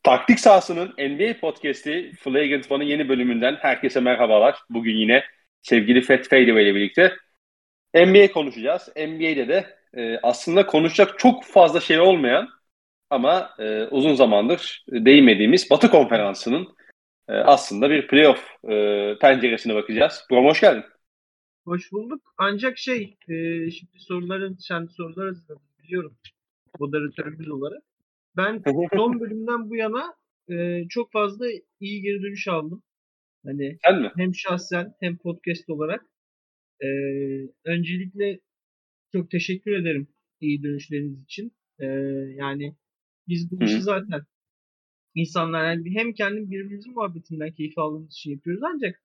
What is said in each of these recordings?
Taktik Sahası'nın NBA Podcast'i Flagrant One'ın yeni bölümünden herkese merhabalar. Bugün yine sevgili Fat Fadeaway ile birlikte NBA konuşacağız. NBA'de de aslında konuşacak çok fazla şey olmayan ama uzun zamandır değinmediğimiz Batı Konferansı'nın aslında bir playoff penceresine bakacağız. Buram hoş geldin. Hoş bulduk. Ancak şimdi sen sorular hazırladın biliyorum. Moderatörümüz olarak. Ben son bölümden bu yana çok fazla iyi geri dönüş aldım. Hani Sen mi? hem şahsen hem podcast olarak. E, Öncelikle çok teşekkür ederim iyi dönüşleriniz için. Yani biz bu işi zaten insanlar yani hem kendi birbirimizin muhabbetinden keyif aldığımız için yapıyoruz ancak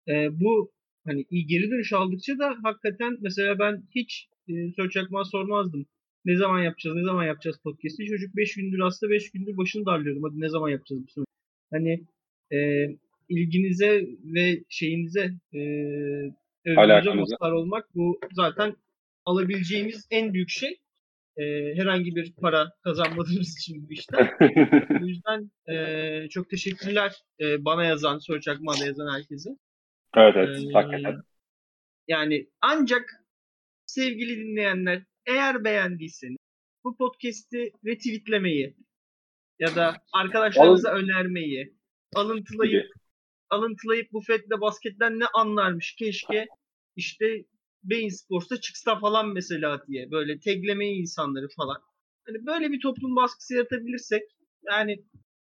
bu hani iyi geri dönüş aldıkça da hakikaten mesela ben hiç Search Akman'a sormazdım. Ne zaman yapacağız, ne zaman yapacağız podcast'i? Çocuk 5 gündür hasta 5 gündür başını darlıyorum. Hadi ne zaman yapacağız bu soru? Hani e, ilginize ve şeyinize övgünüze Alakamızda. mazhar olmak bu zaten alabileceğimiz en büyük şey. Herhangi bir para kazanmadığımız için bu işten. Bu yüzden çok teşekkürler bana yazan, Search Akman'a yazan herkese. Evet, hakikaten. Yani ancak sevgili dinleyenler eğer beğendiyseniz bu podcast'i retweetlemeyi ya da arkadaşlarınıza önermeyi Gibi. alıntılayıp bu Fed'le basketten ne anlarmış keşke işte Bein Sports'ta çıksa falan mesela diye böyle taglemeyi insanları falan. Hani böyle bir toplum baskısı yaratabilirsek yani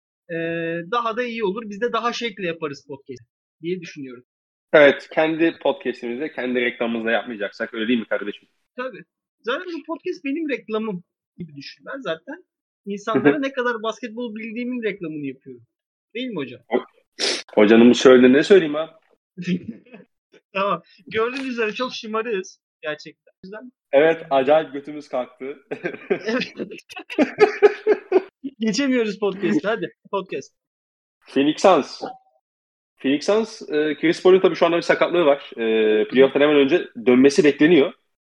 daha da iyi olur. Biz de daha şekli yaparız podcast diye düşünüyorum. Evet, kendi podcast'imizde, kendi reklamımızda yapmayacaksak öyle değil mi kardeşim? Tabii. Zaten bu podcast benim reklamım gibi düşün. Ben zaten insanlara ne kadar basketbol bildiğimin reklamını yapıyorum. Değil mi hocam? Hocanın bu söylediğini ne söyleyeyim abi? Tamam. Gördüğünüz üzere çok şımarığız gerçekten. O yüzden Evet, acayip götümüz kalktı. geçemiyoruz podcast'ı. Hadi podcast. Phoenix Suns. Phoenix Suns, Chris Paul'un tabii şu anda bir sakatlığı var. Playoff'tan hemen önce dönmesi bekleniyor.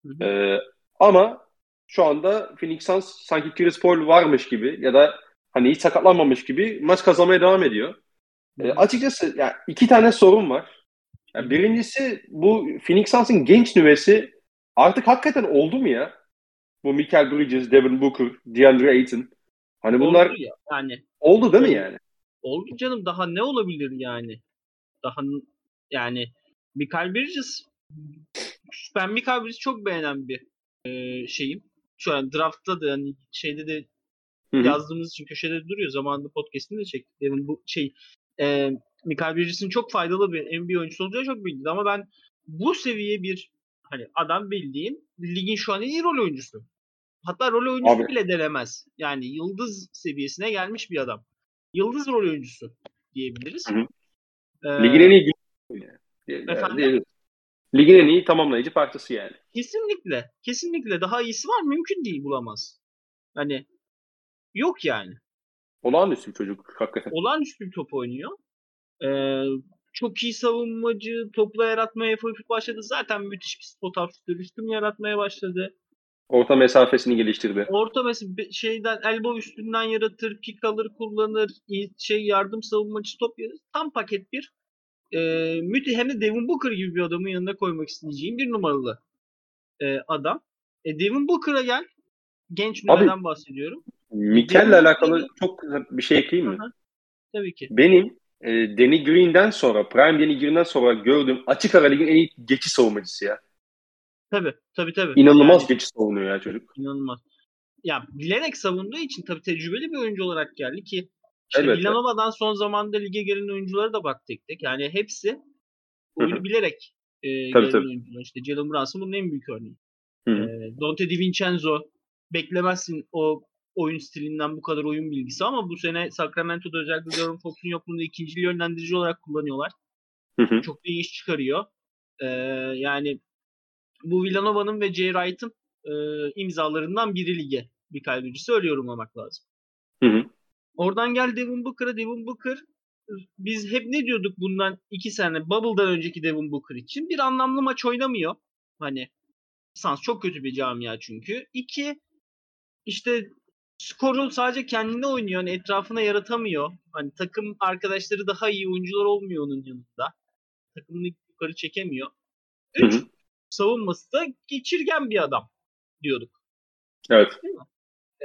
Ama şu anda Phoenix Suns sanki Chris Paul varmış gibi ya da hani hiç sakatlanmamış gibi maç kazanmaya devam ediyor. Açıkçası yani iki tane sorun var. Yani birincisi bu Phoenix Suns'ın genç nüvesi artık hakikaten oldu mu ya? Bu Mikal Bridges, Devin Booker, DeAndre Ayton. Hani bunlar Oldu ya yani. oldu değil mi yani? Oldu canım, daha ne olabilir yani? Daha yani Mikal Bridges, ben Mikal Bridges'i çok beğenen bir şeyim. Şu an draftta da yani şeyde de Hı-hı. yazdığımız için köşede duruyor. Zamanında podcast'ini de çektik. Demin bu Mikal Bridges'in çok faydalı bir NBA oyuncusu olacağı çok belliydi ama ben bu seviye bir hani adam bildiğin ligin şu an en iyi rol oyuncusu. Hatta rol oyuncusu Abi. bile denemez. Yani yıldız seviyesine gelmiş bir adam. Yıldız rol oyuncusu diyebiliriz. Ligin en iyi Efendim? Ligin en iyi tamamlayıcı parçası yani. Kesinlikle. Kesinlikle. Daha iyisi var. Mümkün değil, bulamaz. Hani yok yani. Olağanüstü bir çocuk hakikaten. Olağanüstü bir top oynuyor. Çok iyi savunmacı, topla yaratmaya yapıp başladı. Zaten müthiş bir spot up üstün yaratmaya başladı. Orta mesafesini geliştirdi. Orta mesela şeyden elbow üstünden yaratır, pick alır, kullanır, yardım savunmacı top yaratır. Tam paket bir müthiş, hem de Devin Booker gibi bir adamın yanına koymak isteyeceğim bir numaralı adam. Devin Booker'a gel. Genç nüveden bahsediyorum. Mikel'le alakalı çok bir şey ekleyeyim mi? Aha, tabii ki. Benim Danny Green'den sonra, Prime Danny Green'den sonra gördüğüm açık ara ligin en iyi geçiş savunmacısı ya. Tabii. İnanılmaz Yani, geçiş savunuyor ya çocuk. İnanılmaz. Ya bilerek savunduğu için tabii tecrübeli bir oyuncu olarak geldi ki işte Elbette. Villanova'dan son zamanda lige gelen oyunculara da bak tek tek. Yani hepsi oyunu bilerek gelen oyuncular. İşte Jalen Brunson bunun en büyük örneği. Dante DiVincenzo, beklemezsin o oyun stilinden bu kadar oyun bilgisi ama bu sene Sacramento'da özellikle De'Aaron Fox'un yokluğunda ikinci yönlendirici olarak kullanıyorlar. Çok da iyi iş çıkarıyor. Yani bu Villanova'nın ve Jay Wright'ın imzalarından biri lige bir kaybıcı söylüyorum yorumlamak lazım. Oradan gel Devin Booker'a. Devin Booker, biz hep ne diyorduk bundan 2 sene Bubble'dan önceki Devin Booker için? Bir, anlamlı maç oynamıyor. Hani Suns çok kötü bir camia çünkü. 2, işte skoru sadece kendine oynuyor. Hani etrafına yaratamıyor. Hani takım arkadaşları daha iyi oyuncular olmuyor onun yanında. Takımını yukarı çekemiyor. 3 savunması da geçirgen bir adam diyorduk. Evet. Değil mi?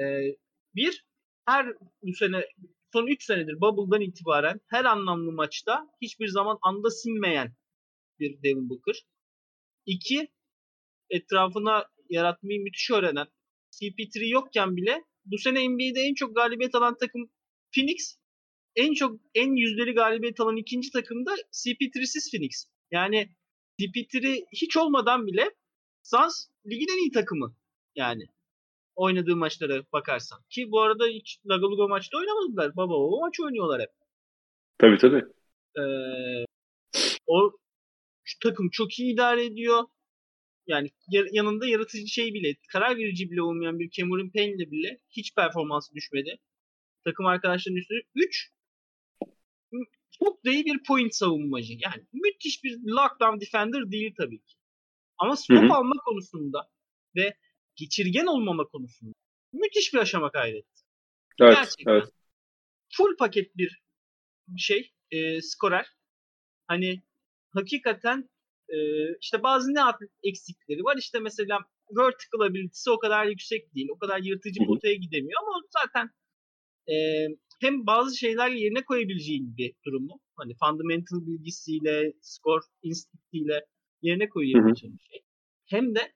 Bu sene son 3 senedir Bubble'dan itibaren her anlamlı maçta hiçbir zaman anda sinmeyen bir Devin Booker. 2, etrafına yaratmayı müthiş öğrenen, CP3 yokken bile bu sene NBA'de en çok galibiyet alan takım Phoenix. En yüzdeli galibiyet alan ikinci takım da CP3'siz Phoenix. Yani CP3 hiç olmadan bile Suns ligin en iyi takımı. Yani oynadığı maçlara bakarsan. Ki bu arada hiç Lagaluga maçta oynamadılar. Baba maç oynuyorlar hep. Tabii. Şu takım çok iyi idare ediyor. Yani yanında yaratıcı şey bile, karar verici bile olmayan bir Cameron Payne'le bile hiç performansı düşmedi. Takım arkadaşlarının üstüne 3 çok da iyi bir point savunmacı. Yani müthiş bir lockdown defender değil tabii ki. Ama stop alma konusunda ve geçirgen olmama konusunda müthiş bir aşama kaydetti. Evet, Gerçekten. evet. Full paket bir şey, skorer. Hani hakikaten işte bazı ne eksikleri var. İşte mesela vertical ability'si o kadar yüksek değil. O kadar yırtıcı potaya gidemiyor ama zaten hem bazı şeyler yerine koyabileceğin bir durumu. Hani fundamental bilgisiyle, score instinctiyle yerine koyabileceğin bir şey. Hem de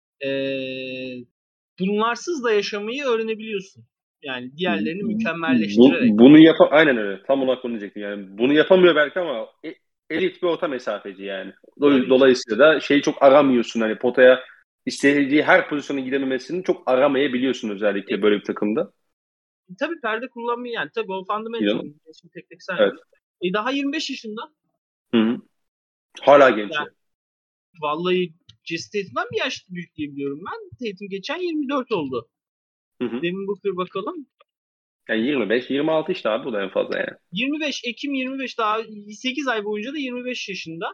bunlarsız da yaşamayı öğrenebiliyorsun. Yani diğerlerini mükemmelleştirerek. Aynen öyle. Tam olarak onu diyecektim. Yani bunu yapamıyor belki ama elit bir orta mesafeci yani. Dolayısıyla da şeyi çok aramıyorsun. Hani potaya istediği her pozisyona gidememesini çok aramayabiliyorsun özellikle böyle bir takımda. Tabii perde kullanmayı yani. Tabii o fundamental. Şimdi tek Evet. daha 25 yaşında. Hı. Hala genç. Yani, vallahi Jason Tatum'dan bir yaş büyük diye biliyorum ben. Tatum geçen 24 oldu. Devin Booker bakalım. Yani 25-26 işte abi bu da en fazla yani. 25 daha 8 ay boyunca da 25 yaşında.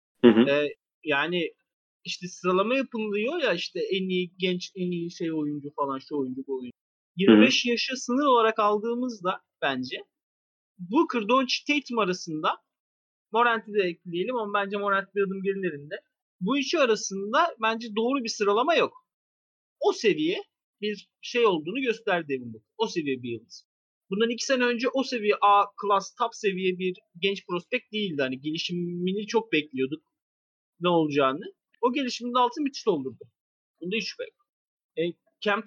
Yani işte sıralama yapılıyor ya işte en iyi genç, en iyi şey oyuncu falan şu oyuncu bu oyuncu. 25 yaşı sınır olarak aldığımızda bence Booker, Doncic, Tatum arasında Morant'i de ekleyelim ama bence Morant bir adım gerilerinde. Bu üçü arasında bence doğru bir sıralama yok. O seviye bir şey olduğunu gösterdi Devin Booker. O seviye bir yıldız. Bundan 2 sene önce o seviye A class top seviye bir genç prospekt değildi. Hani gelişimini çok bekliyorduk ne olacağını. O gelişimin altını müthiş doldurdu. Bunda hiç şüphe yok. Cam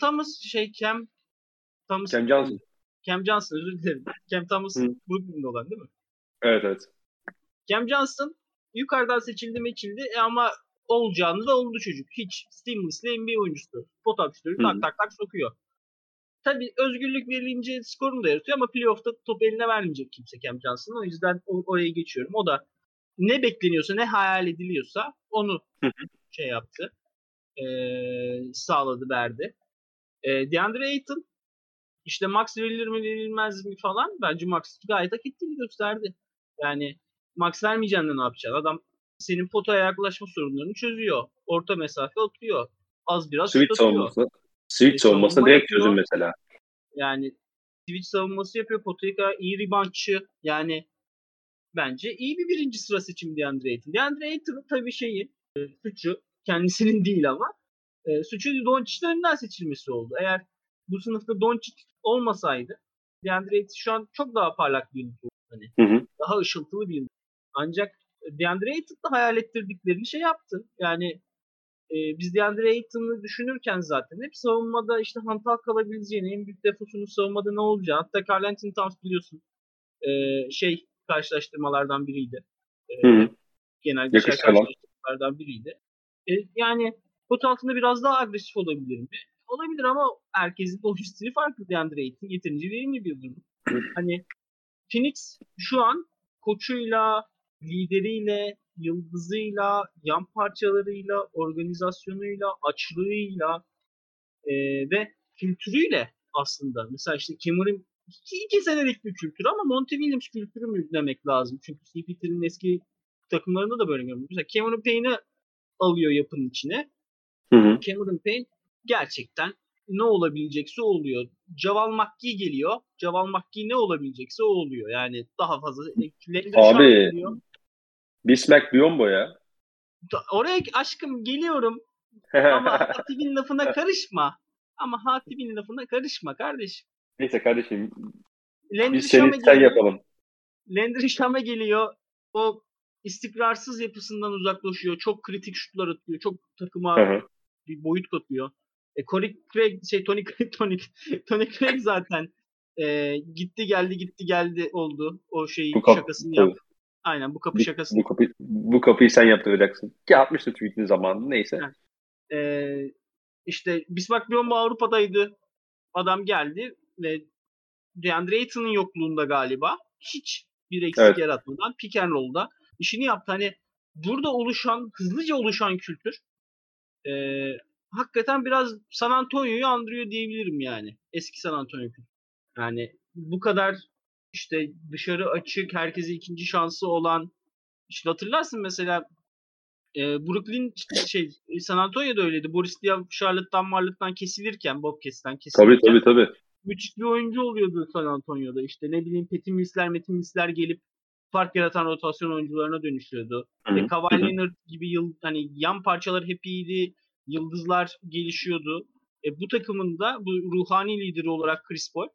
Johnson özür dilerim. Cam Thomas Brooklyn'de olan değil mi? Evet. Cam Johnson yukarıdan seçildi ama olacağını da oldu çocuk. Hiç seamless'li NBA oyuncusu. Pot atıştırıyor, tak sokuyor. Tabii özgürlük verilince skorunu da yaratıyor ama playoff'ta top eline vermeyecek kimse Cam Johnson'ın. O yüzden oraya geçiyorum. O da ne bekleniyorsa, ne hayal ediliyorsa onu şey yaptı. Sağladı, verdi. DeAndre Ayton işte Max verilir mi verilmez mi falan. Bence Max gayet hak ettiğini gösterdi. Yani Max vermeyeceğinde ne yapacaksın? Adam senin potaya yaklaşma sorunlarını çözüyor. Orta mesafe atıyor. Az biraz şut atıyor. Switch savunması direkt çözüm mesela. Yani switch savunması yapıyor. Potaya kadar iyi reboundçı. Yani bence iyi bir birinci sıra seçimi DeAndre Ayton. DeAndre Ayton'ın tabii suçu kendisinin değil ama suçu Doncic'in önünden seçilmesi oldu. Eğer bu sınıfta Doncic olmasaydı DeAndre Ayton şu an çok daha parlak bir yıldız oldu. Hani daha ışıltılı bir yıldız. Ancak DeAndre Ayton'da hayal ettirdiklerini şey yaptı. Yani biz DeAndre Ayton'u düşünürken zaten hep savunmada işte hantal kalabileceğini, en büyük defosunun savunmada ne olacağı. Hatta Karl Anthony Towns biliyorsun karşılaştırmalardan biriydi. Genel dışarı karşılaştırmalardan biriydi. Yani pot altında biraz daha agresif olabilir mi? Olabilir ama herkesin oyun stili farklı. DeAndre Ayton yeterince verimli bir durum. Hani Phoenix şu an koçuyla, lideriyle, yıldızıyla, yan parçalarıyla, organizasyonuyla, açlığıyla ve kültürüyle aslında. Mesela işte Cameron 2 senelik bir kültür ama Monty Williams kültürü mü demek lazım? Çünkü CP3'nin eski takımlarında da böyle görüyoruz. Mesela Cameron Payne'i alıyor yapının içine. Cameron Payne gerçekten ne olabilecekse o oluyor. Javal McGee geliyor. Javal McGee ne olabilecekse o oluyor. Yani daha fazla. Landry Shamet Abi geliyor. Bismack Biyombo ya. Oraya aşkım geliyorum. Ama Hatip'in lafına karışma. Ama Hatip'in lafına karışma kardeşim. Neyse kardeşim, Landry biz seni Shamet sen geliyor. yapalım. Landry Shamet geliyor. O istikrarsız yapısından uzaklaşıyor. Çok kritik şutlar atıyor. Çok takıma bir boyut katıyor. Tony Craig zaten gitti geldi oldu. O Bu şakasını yap. tabii. Aynen bu kapı Bu, şakasını. bu kapıyı sen yaptıracaksın. Ki atmıştı tweet'in zamanında, neyse. Yani, işte Bismarck Biyombo Avrupa'daydı. Adam geldi ve DeAndre Ayton'un yokluğunda galiba hiç bir eksik Evet. yaratmadan pick and roll'da işini yaptı. Hani burada hızlıca oluşan kültür hakikaten biraz San Antonio'yu andırıyor diyebilirim yani. Eski San Antonio kültürü. Yani bu kadar işte dışarı açık, herkese ikinci şansı olan, işte hatırlarsın mesela Brooklyn San Antonio'da öyleydi. Boris Diaw Charlotte'dan kesilirken, Bobcats'ten Tabii kesilirken tabii tabii. müthiş bir oyuncu oluyordu San Antonio'da. İşte ne bileyim Metin Mils'ler gelip fark yaratan rotasyon oyuncularına dönüşüyordu. Hı-hı. Kawhi Leonard gibi hani yan parçalar hep iyiydi. Yıldızlar gelişiyordu. Bu takımın da bu ruhani lideri olarak Chris Paul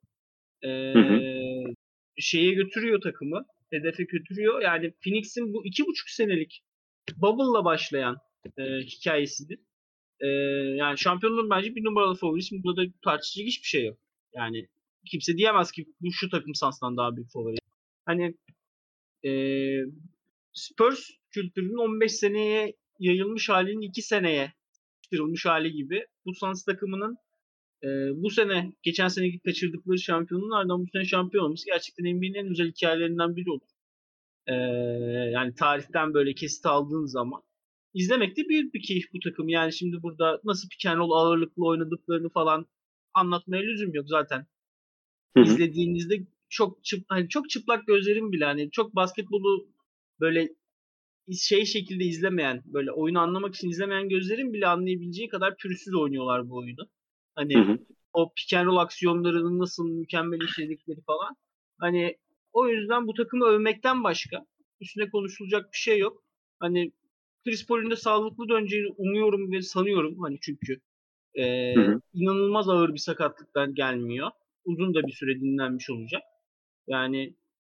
şeye götürüyor takımı. Hedefe götürüyor. Yani Phoenix'in bu 2,5 senelik bubble'la başlayan hikayesidir. Yani şampiyonluğun bence bir numaralı favorisi. Burada da tartışacak hiçbir şey yok. Yani kimse diyemez ki bu şu takım Suns'tan daha büyük favori. Hani e, Spurs kültürünün 15 seneye yayılmış halinin 2 seneye çıkarılmış hali gibi. Bu Suns takımının bu sene, geçen seneki kaçırdıkları şampiyonluğun ardından bu sene şampiyon olması gerçekten NBA'nin en güzel hikayelerinden biri olur. Yani tarihten böyle kesit aldığın zaman izlemek de büyük bir keyif bu takım. Yani şimdi burada nasıl pick and roll ağırlıklı oynadıklarını falan anlatmaya lüzum yok zaten. Hı-hı. İzlediğinizde çok çıplak gözlerim bile, hani çok basketbolu böyle şekilde izlemeyen, böyle oyunu anlamak için izlemeyen gözlerin bile anlayabileceği kadar pürüzsüz oynuyorlar bu oyunu. Hani Hı-hı. o pick and roll aksiyonlarını nasıl mükemmel işledikleri falan. Hani o yüzden bu takımı övmekten başka üstüne konuşulacak bir şey yok. Hani Chris Paul'un da sağlıklı döneceğini umuyorum ve sanıyorum, hani çünkü inanılmaz ağır bir sakatlıktan gelmiyor. Uzun da bir süre dinlenmiş olacak. Yani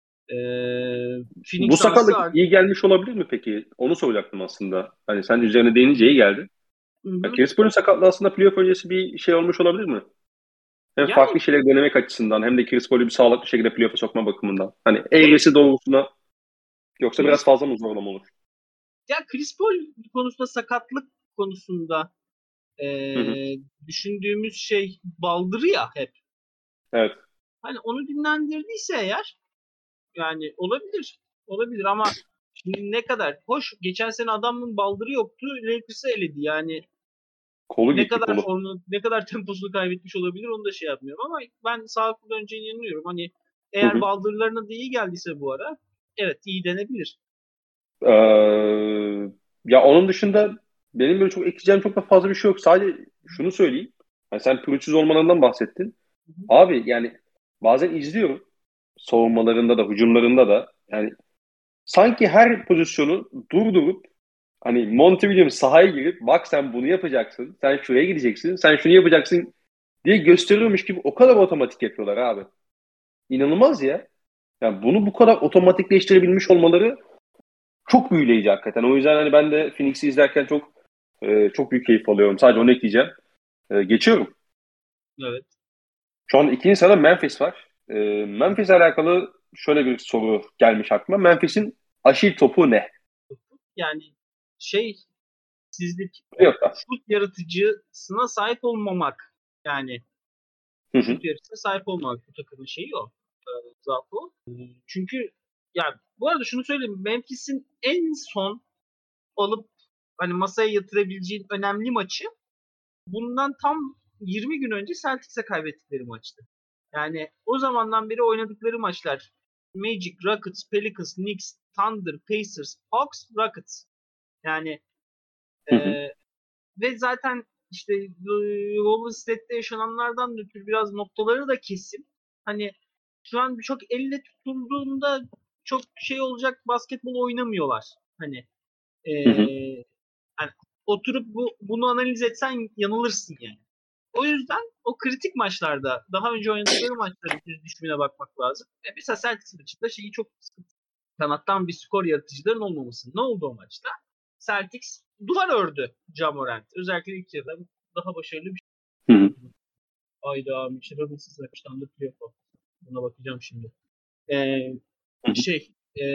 Bu Phoenix sakatlık Suns'ı artık. iyi gelmiş olabilir mi peki? Onu soracaktım aslında. Hani sen üzerine değinince iyi geldi. Yani Chris Paul'un sakatlığı aslında playoff öncesi bir şey olmuş olabilir mi? Hem Yani farklı şeyler denemek açısından hem de Chris Paul'ü bir sağlıklı şekilde playoff'a sokma bakımından. Hani eğrisi doğrultusuna, yoksa biraz Chris, fazla mı zorlama olur? Chris Paul konusunda, sakatlık konusunda Hı hı. düşündüğümüz şey baldırı ya hep. Evet. Hani onu dinlendirdiyse eğer, yani olabilir. Olabilir ama şimdi ne kadar hoş, geçen sene adamın baldırı yoktu. Lakers'ı eledi. Yani Kolu gitti, kolu. ne kadar temposunu kaybetmiş olabilir onu da şey yapmıyorum ama ben sağlıklı döneceğine inanıyorum. Hani Hı eğer hı. baldırlarına da iyi geldiyse bu ara, evet, iyi denebilir. Ee, ya onun dışında benim böyle çok ekleyeceğim çok da fazla bir şey yok. Sadece şunu söyleyeyim. Yani sen pürüzsüz olmalarından bahsettin. Hı hı. Abi yani bazen izliyorum. Savunmalarında da hücumlarında da. Yani sanki her pozisyonu durdurup hani Monty Williams sahaya girip bak sen bunu yapacaksın. Sen şuraya gideceksin. Sen şunu yapacaksın diye gösteriyormuş gibi o kadar otomatik yapıyorlar abi. İnanılmaz ya. Yani bunu bu kadar otomatikleştirebilmiş olmaları çok büyüleyici hakikaten. O yüzden hani ben de Phoenix'i izlerken çok büyük keyif alıyorum. Sadece onu ekleyeceğim. Geçiyorum. Evet. Şu an ikinci sırada Memphis var. Memphis'le alakalı şöyle bir soru gelmiş aklıma. Memphis'in aşil topu ne? Yani sizlik, Yok da. şut yaratıcısına sahip olmamak. Yani Hı hı. şut yaratıcısına sahip olmamak bu takımın şeyi o. Zaafı o. Çünkü ya bu arada şunu söyleyeyim. Memphis'in en son alıp hani masaya yatırabileceğin önemli maçı bundan tam 20 gün önce Celtics'e kaybettikleri maçtı. Yani o zamandan beri oynadıkları maçlar Magic, Rockets, Pelicans, Knicks, Thunder, Pacers, Hawks, Rockets. Yani Hı hı. ve zaten işte Golden State'te yaşananlardan ötürü biraz noktaları da kesin. Hani şu an çok elle tutulduğunda çok şey olacak basketbol oynamıyorlar. Hani Hı hı. yani oturup bunu analiz etsen yanılırsın yani. O yüzden o kritik maçlarda daha önce oynadıkları maçların düşümüne bakmak lazım. Mesela Celtics maçında şeyi çok sıkıntı. Kanattan bir skor yaratıcıların olmaması. Ne oldu o maçta? Celtics duvar ördü Ja Morant. Özellikle ilk yarıda daha başarılı bir Hı hı. Ayda Mitchell Robinson's açıdan da playoff. Buna bakacağım şimdi. Ee, Hı hı. şey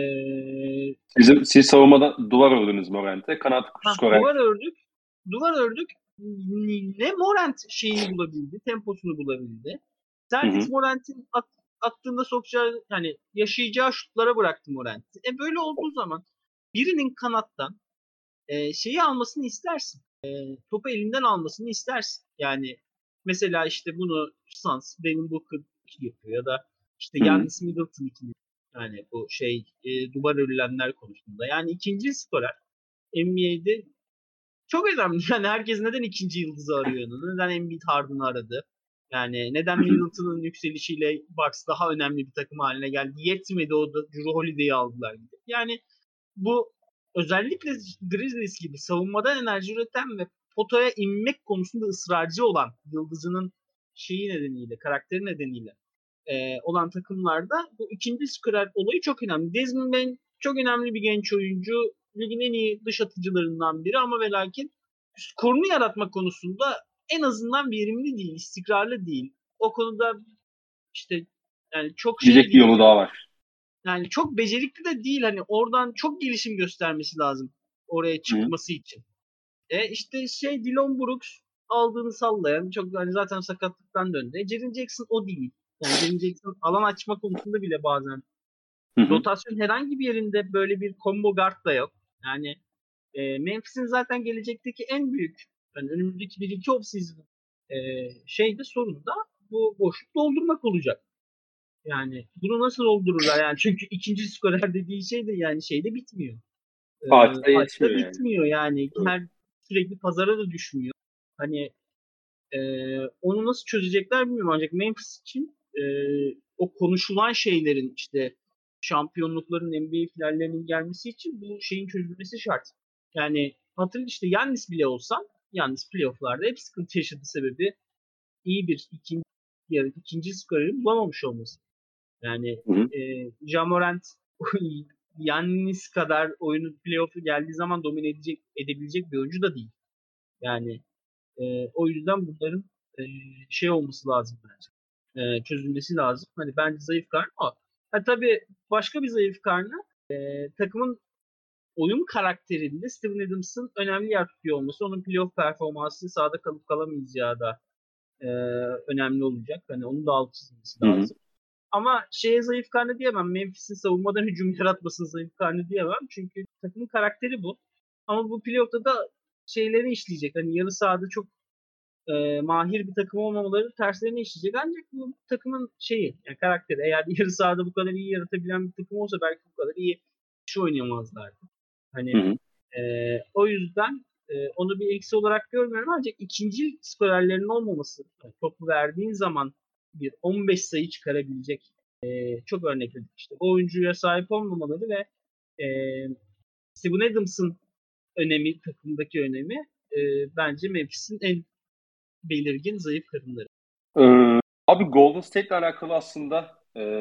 Siz savunmada duvar ördünüz Morant'e. Kanat skorer. duvar ördük. Duvar ördük. Ne Morant şeyini bulabildi, temposunu bulabildi. Hı Celtics hı. Morant'in attığında sokacağı yani yaşayacağı şutlara bıraktı Morant'i. Böyle olduğu zaman birinin kanattan şeyi almasını istersin. Topu elinden almasını istersin. Yani mesela işte bunu Suns, Devin Booker yapıyor ya da işte Hı hı. Giannis Middleton ikili. Yani bu duvar örülenler konusunda. Yani ikinci skorer NBA'de çok önemli. Yani herkes neden ikinci yıldızı arıyor? Neden Embiid Harden'ı aradı? Yani neden Hı hı. Middleton'ın yükselişiyle Bucks daha önemli bir takım haline geldi? Yetmedi o da Drew Holiday'i aldılar gibi. Yani bu özellikle Grizzlies gibi savunmadan enerji üreten ve potaya inmek konusunda ısrarcı olan yıldızının şeyi nedeniyle, karakteri nedeniyle olan takımlarda bu ikinci skorer olayı çok önemli. Desmond Bain çok önemli bir genç oyuncu. Ligin en iyi dış atıcılarından biri ama ve lakin skorunu yaratma konusunda en azından verimli değil, istikrarlı değil. O konuda işte yani çok şey Gidecek bir değil. yolu daha var. Yani çok becerikli de değil. Hani oradan çok gelişim göstermesi lazım oraya Hı hı. çıkması için. İşte Dillon Brooks aldığını sallayan çok hani zaten sakatlıktan döndü. Jaren Jackson o değil. Yani Jaren Jackson alan açma konusunda bile bazen Hı hı. rotasyon herhangi bir yerinde böyle bir combo guard da yok. Yani Memphis'in zaten gelecekteki en büyük yani önümüzdeki bir iki offseason sorun da bu boşluk doldurmak olacak. Yani bunu nasıl doldururlar yani çünkü ikinci skorer dediği şey de yani bitmiyor. Fatih'te Maçta yetmiyor yani. bitmiyor yani Evet. sürekli pazara da düşmüyor. Hani onu nasıl çözecekler bilmiyorum ancak Memphis için o konuşulan şeylerin işte şampiyonlukların NBA finallerinin gelmesi için bu şeyin çözülmesi şart. Yani hatırlı işte Yannis bile olsan Yannis playofflarda hep sıkıntı yaşadı sebebi iyi bir ikinci skorerin bulamamış olması. Yani Hı hı. Ja Morant Yannis kadar oyunu playoff'u geldiği zaman domine edebilecek bir oyuncu da değil. Yani o yüzden bunların olması lazım bence. Çözülmesi lazım. Hani bence zayıf karnı o. Tabii başka bir zayıf karnı takımın oyun karakterinde Steven Adams'ın önemli yer tutuyor olması. Onun playoff performansı sahada kalıp kalamayacağı da e, önemli olacak. Hani onun da alt çizilmesi Hı hı. lazım. Ama zayıf karnı diyemem. Memphis'in savunmadan hücum yaratmasının zayıf karnı diyemem. Çünkü takımın karakteri bu. Ama bu playoff'ta da şeyleri işleyecek. Hani yarı sahada çok mahir bir takım olmamaları terslerine işleyecek. Ancak bu takımın yani karakteri. Eğer yarı sahada bu kadar iyi yaratabilen bir takım olsa belki bu kadar iyi iş oynayamazlardı. Hı Hani hı. o yüzden onu bir eksi olarak görmüyorum. Ancak ikinci skorerlerin olmaması, yani topu verdiğin zaman bir 15 sayı çıkarabilecek çok örnekledik işte. O oyuncuya sahip olmamaları ve e, Steven Adams'ın önemi, takımdaki önemi bence Memphis'in en belirgin zayıf kadınları. Abi Golden State'le alakalı aslında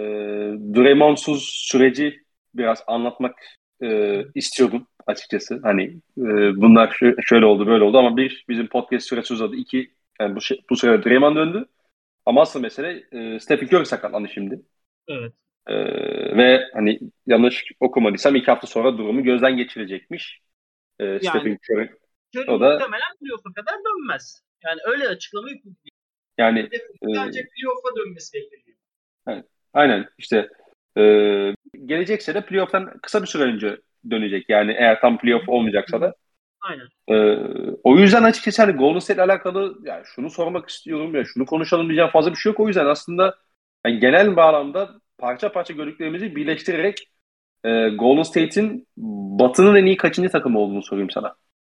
Draymond'suz süreci biraz anlatmak istiyordum açıkçası. Hani bunlar şöyle oldu böyle oldu ama bizim podcast süresi uzadı. İki yani bu sırada Draymond döndü. Ama asıl mesele Stephen Curry sakatlandı şimdi. Evet. E, Ve hani yanlış okumadıysam 2 hafta sonra durumu gözden geçirecekmiş. Yani Stephen Curry. Curry O da muhtemelen playoff'a kadar dönmez. Yani öyle açıklama yapıldı. yani Ancak playoff'a dönmesi bekleniyor. evet, aynen işte e, gelecekse de playoff'tan kısa bir süre önce dönecek. Yani eğer tam playoff olmayacaksa da. Aynen. E, O yüzden açıkçası hani Golden State'le alakalı yani şunu sormak istiyorum ya şunu konuşalım diyeceğim fazla bir şey yok. O yüzden aslında yani genel bağlamda parça parça gördüklerimizi birleştirerek Golden State'in Batı'nın en iyi kaçıncı takımı olduğunu sorayım sana.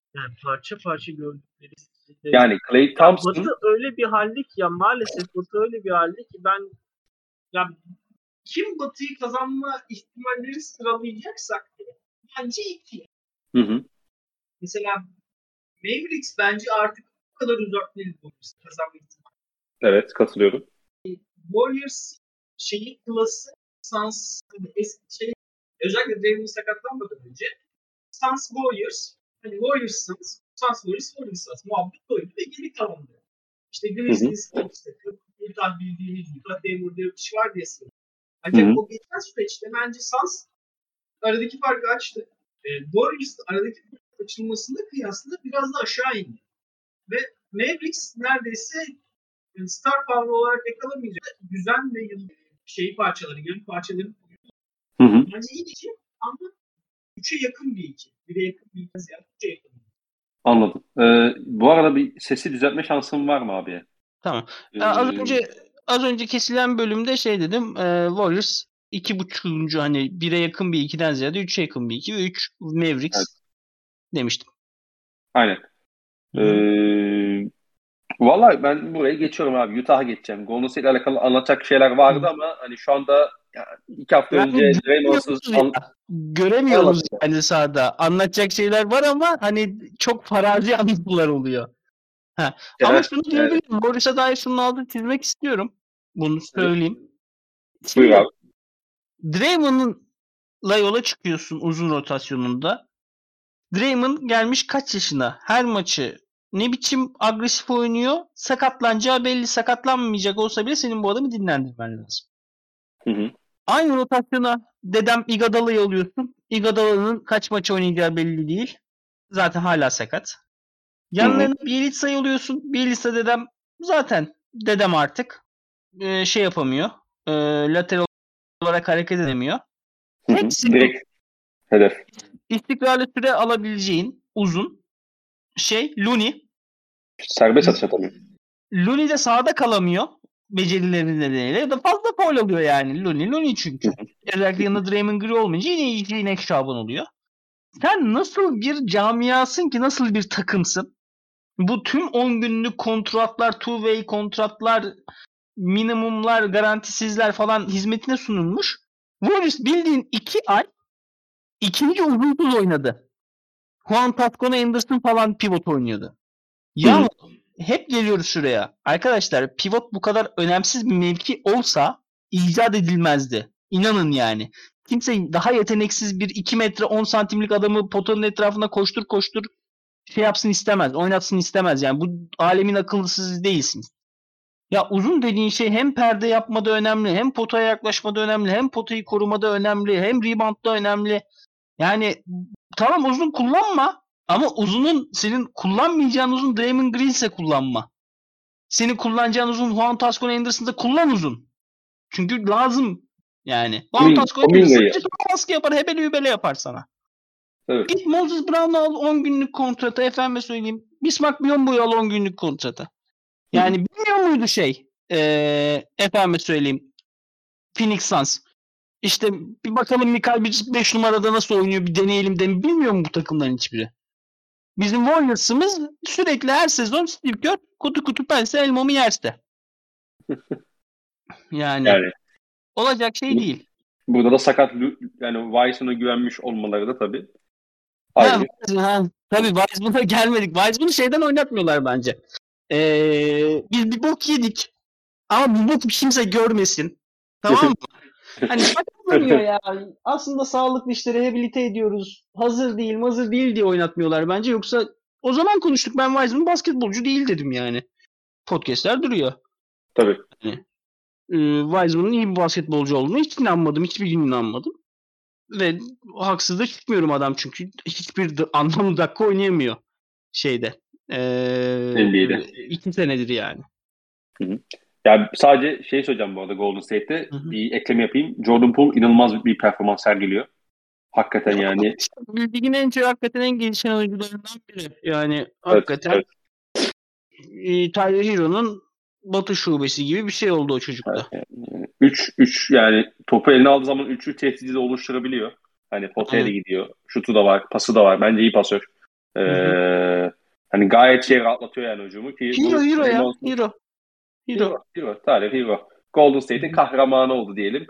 Yani parça parça gördükleri yani Klay Thompson Batı öyle bir halde ki ya maalesef Batı öyle bir halde ki ben ya kim Batı'yı kazanma ihtimalleri sıralayacaksak bence 2. Hı. Mesela Mavericks bence artık bu kadar uzak değil kazanma ihtimali. Evet, katılıyorum. Warriors klası Suns özellikle Draymond sakatlanmadan önce Suns Warriors Warriors Suns muhabbet oydu ve geri kalandı. İşte Grizzlies Utah bildiğiniz Utah Denver diye bir kişi var diye söylüyorum. Ancak o geçen süreçte bence Suns aradaki farkı açtı. Warriors aradaki farkı açılmasına kıyasla biraz da aşağı indi. Ve Mavericks neredeyse star power olarak yakalamayacak düzen ve yön parçaları bence iyi iki ama 3'e yakın bir iki. 1'e yakın bir iki ziyade 3'e yakın. Anladım. Bu arada bir sesi düzeltme şansım var mı abi? Tamam. Az önce kesilen bölümde dedim. Warriors 2.5. hani 1'e yakın bir 2'den ziyade 3'e yakın bir 2 ve 3 Mavericks demiştim. Aynen. Vallahi ben buraya geçiyorum abi. Utah'a geçeceğim. Golden State ile alakalı anlatacak şeyler vardı ama hani şu anda 2 hafta önce Draymond'sız göremiyoruz yani sahada. Anlatacak şeyler var ama hani çok farazi anlatılar oluyor. Ama şunu diyebilirim. Warriors'a dair şunun altını çizmek istiyorum. Bunu söyleyeyim. Buyur abi. Draymond'la yola çıkıyorsun uzun rotasyonunda. Draymond gelmiş kaç yaşına? Her maçı ne biçim agresif oynuyor? Sakatlanacağı belli. Sakatlanmayacak olsa bile senin bu adamı dinlendirmen lazım. Hı. Aynı rotasyona dedem Iguodala'yı alıyorsun. Iguodala'nın kaç maç oynayacağı belli değil. Zaten hala sakat. Yanlarına Bjelica alıyorsun. Bjelica dedem zaten dedem artık yapamıyor. Lateral olarak hareket edemiyor. Direkt hedef. İstikrarlı süre alabileceğin uzun Looney. Serbest atış atamıyor. Looney de sahada kalamıyor. Becerileri nedeniyle. Ya da fazla foul oluyor yani. Looney çünkü. Özellikle yanında Draymond Green olmayınca yine Şaban oluyor. Sen nasıl bir camiasın ki, nasıl bir takımsın? Bu tüm 10 günlük kontratlar, two-way kontratlar, minimumlar, garantisizler falan hizmetine sunulmuş. Warriors bildiğin 2 ay ikinci uzunsuz oynadı. Juan Toscano Anderson falan pivot oynuyordu. Ya hep geliyoruz şuraya. Arkadaşlar pivot bu kadar önemsiz bir mevki olsa icat edilmezdi. İnanın yani. Kimse daha yeteneksiz bir 2 metre 10 santimlik adamı potanın etrafında koştur yapsın istemez. Oynatsın istemez. Yani bu alemin akıllısı siz değilsiniz. Ya uzun dediğin şey hem perde yapmada önemli, hem potaya yaklaşmada önemli, hem potayı korumada önemli, hem reboundda önemli. Yani tamam uzun kullanma ama uzunun senin kullanmayacağın uzun Draymond Green ise kullanma. Senin kullanacağın uzun Juan Toscano Anderson'da kullan uzun. Çünkü lazım yani. Juan Toscano Anderson baskı yapar, hebeli hübele yapar sana. Evet. Git Moses Brown'u al 10 günlük kontratı. Efendime söyleyeyim. Bismarck Biyombo'yu al 10 günlük kontratı. Yani bilmiyor muydu efendime söyleyeyim. Phoenix Suns. İşte bir bakalım Mikal Bridges 5 numarada nasıl oynuyor bir deneyelim bilmiyor mu bu takımların hiçbiri? Bizim Warriors'ımız sürekli her sezon Steve Kerr kutu pense elmamı yerse. Yani olacak şey değil. Burada da sakat yani Weissman'a güvenmiş olmaları da tabii. Tabii Weissman'a gelmedik. Weissman'ı şeyden oynatmıyorlar bence. Biz bir bok yedik. Ama bu boku kimse görmesin. Tamam mı? Hani sakatlanıyor ya. Aslında sağlıklı işte rehabilite ediyoruz. Hazır değil diye oynatmıyorlar bence. Yoksa o zaman konuştuk. Ben Wiseman basketbolcu değil dedim yani. Podcast'ler duruyor. Tabii. Wiseman'ın iyi bir basketbolcu olduğunu hiç inanmadım. Hiçbir gün inanmadım. Ve haksız da çıkmıyorum adam çünkü hiçbir anlamlı dakika oynayamıyor NBA'de. 2 senedir yani. Yani sadece söyleyeceğim bu arada Golden State'te bir ekleme yapayım. Jordan Poole inanılmaz bir performans sergiliyor. Hakikaten yani. Ligin hakikaten en gelişen oyuncularından biri. Yani hakikaten. Evet. Tyler Hero'nun Batı şubesi gibi bir şey oldu o çocukta. 3 yani topu eline aldığı zaman 3'ü tehdidi de oluşturabiliyor. Hani potaya da gidiyor. Şutu da var, pası da var. Bence iyi pasör. Hani gayet rahatlatıyor yani hücumu ki Hero ya. Hero. Tarih Hero. Golden State'in kahramanı oldu diyelim.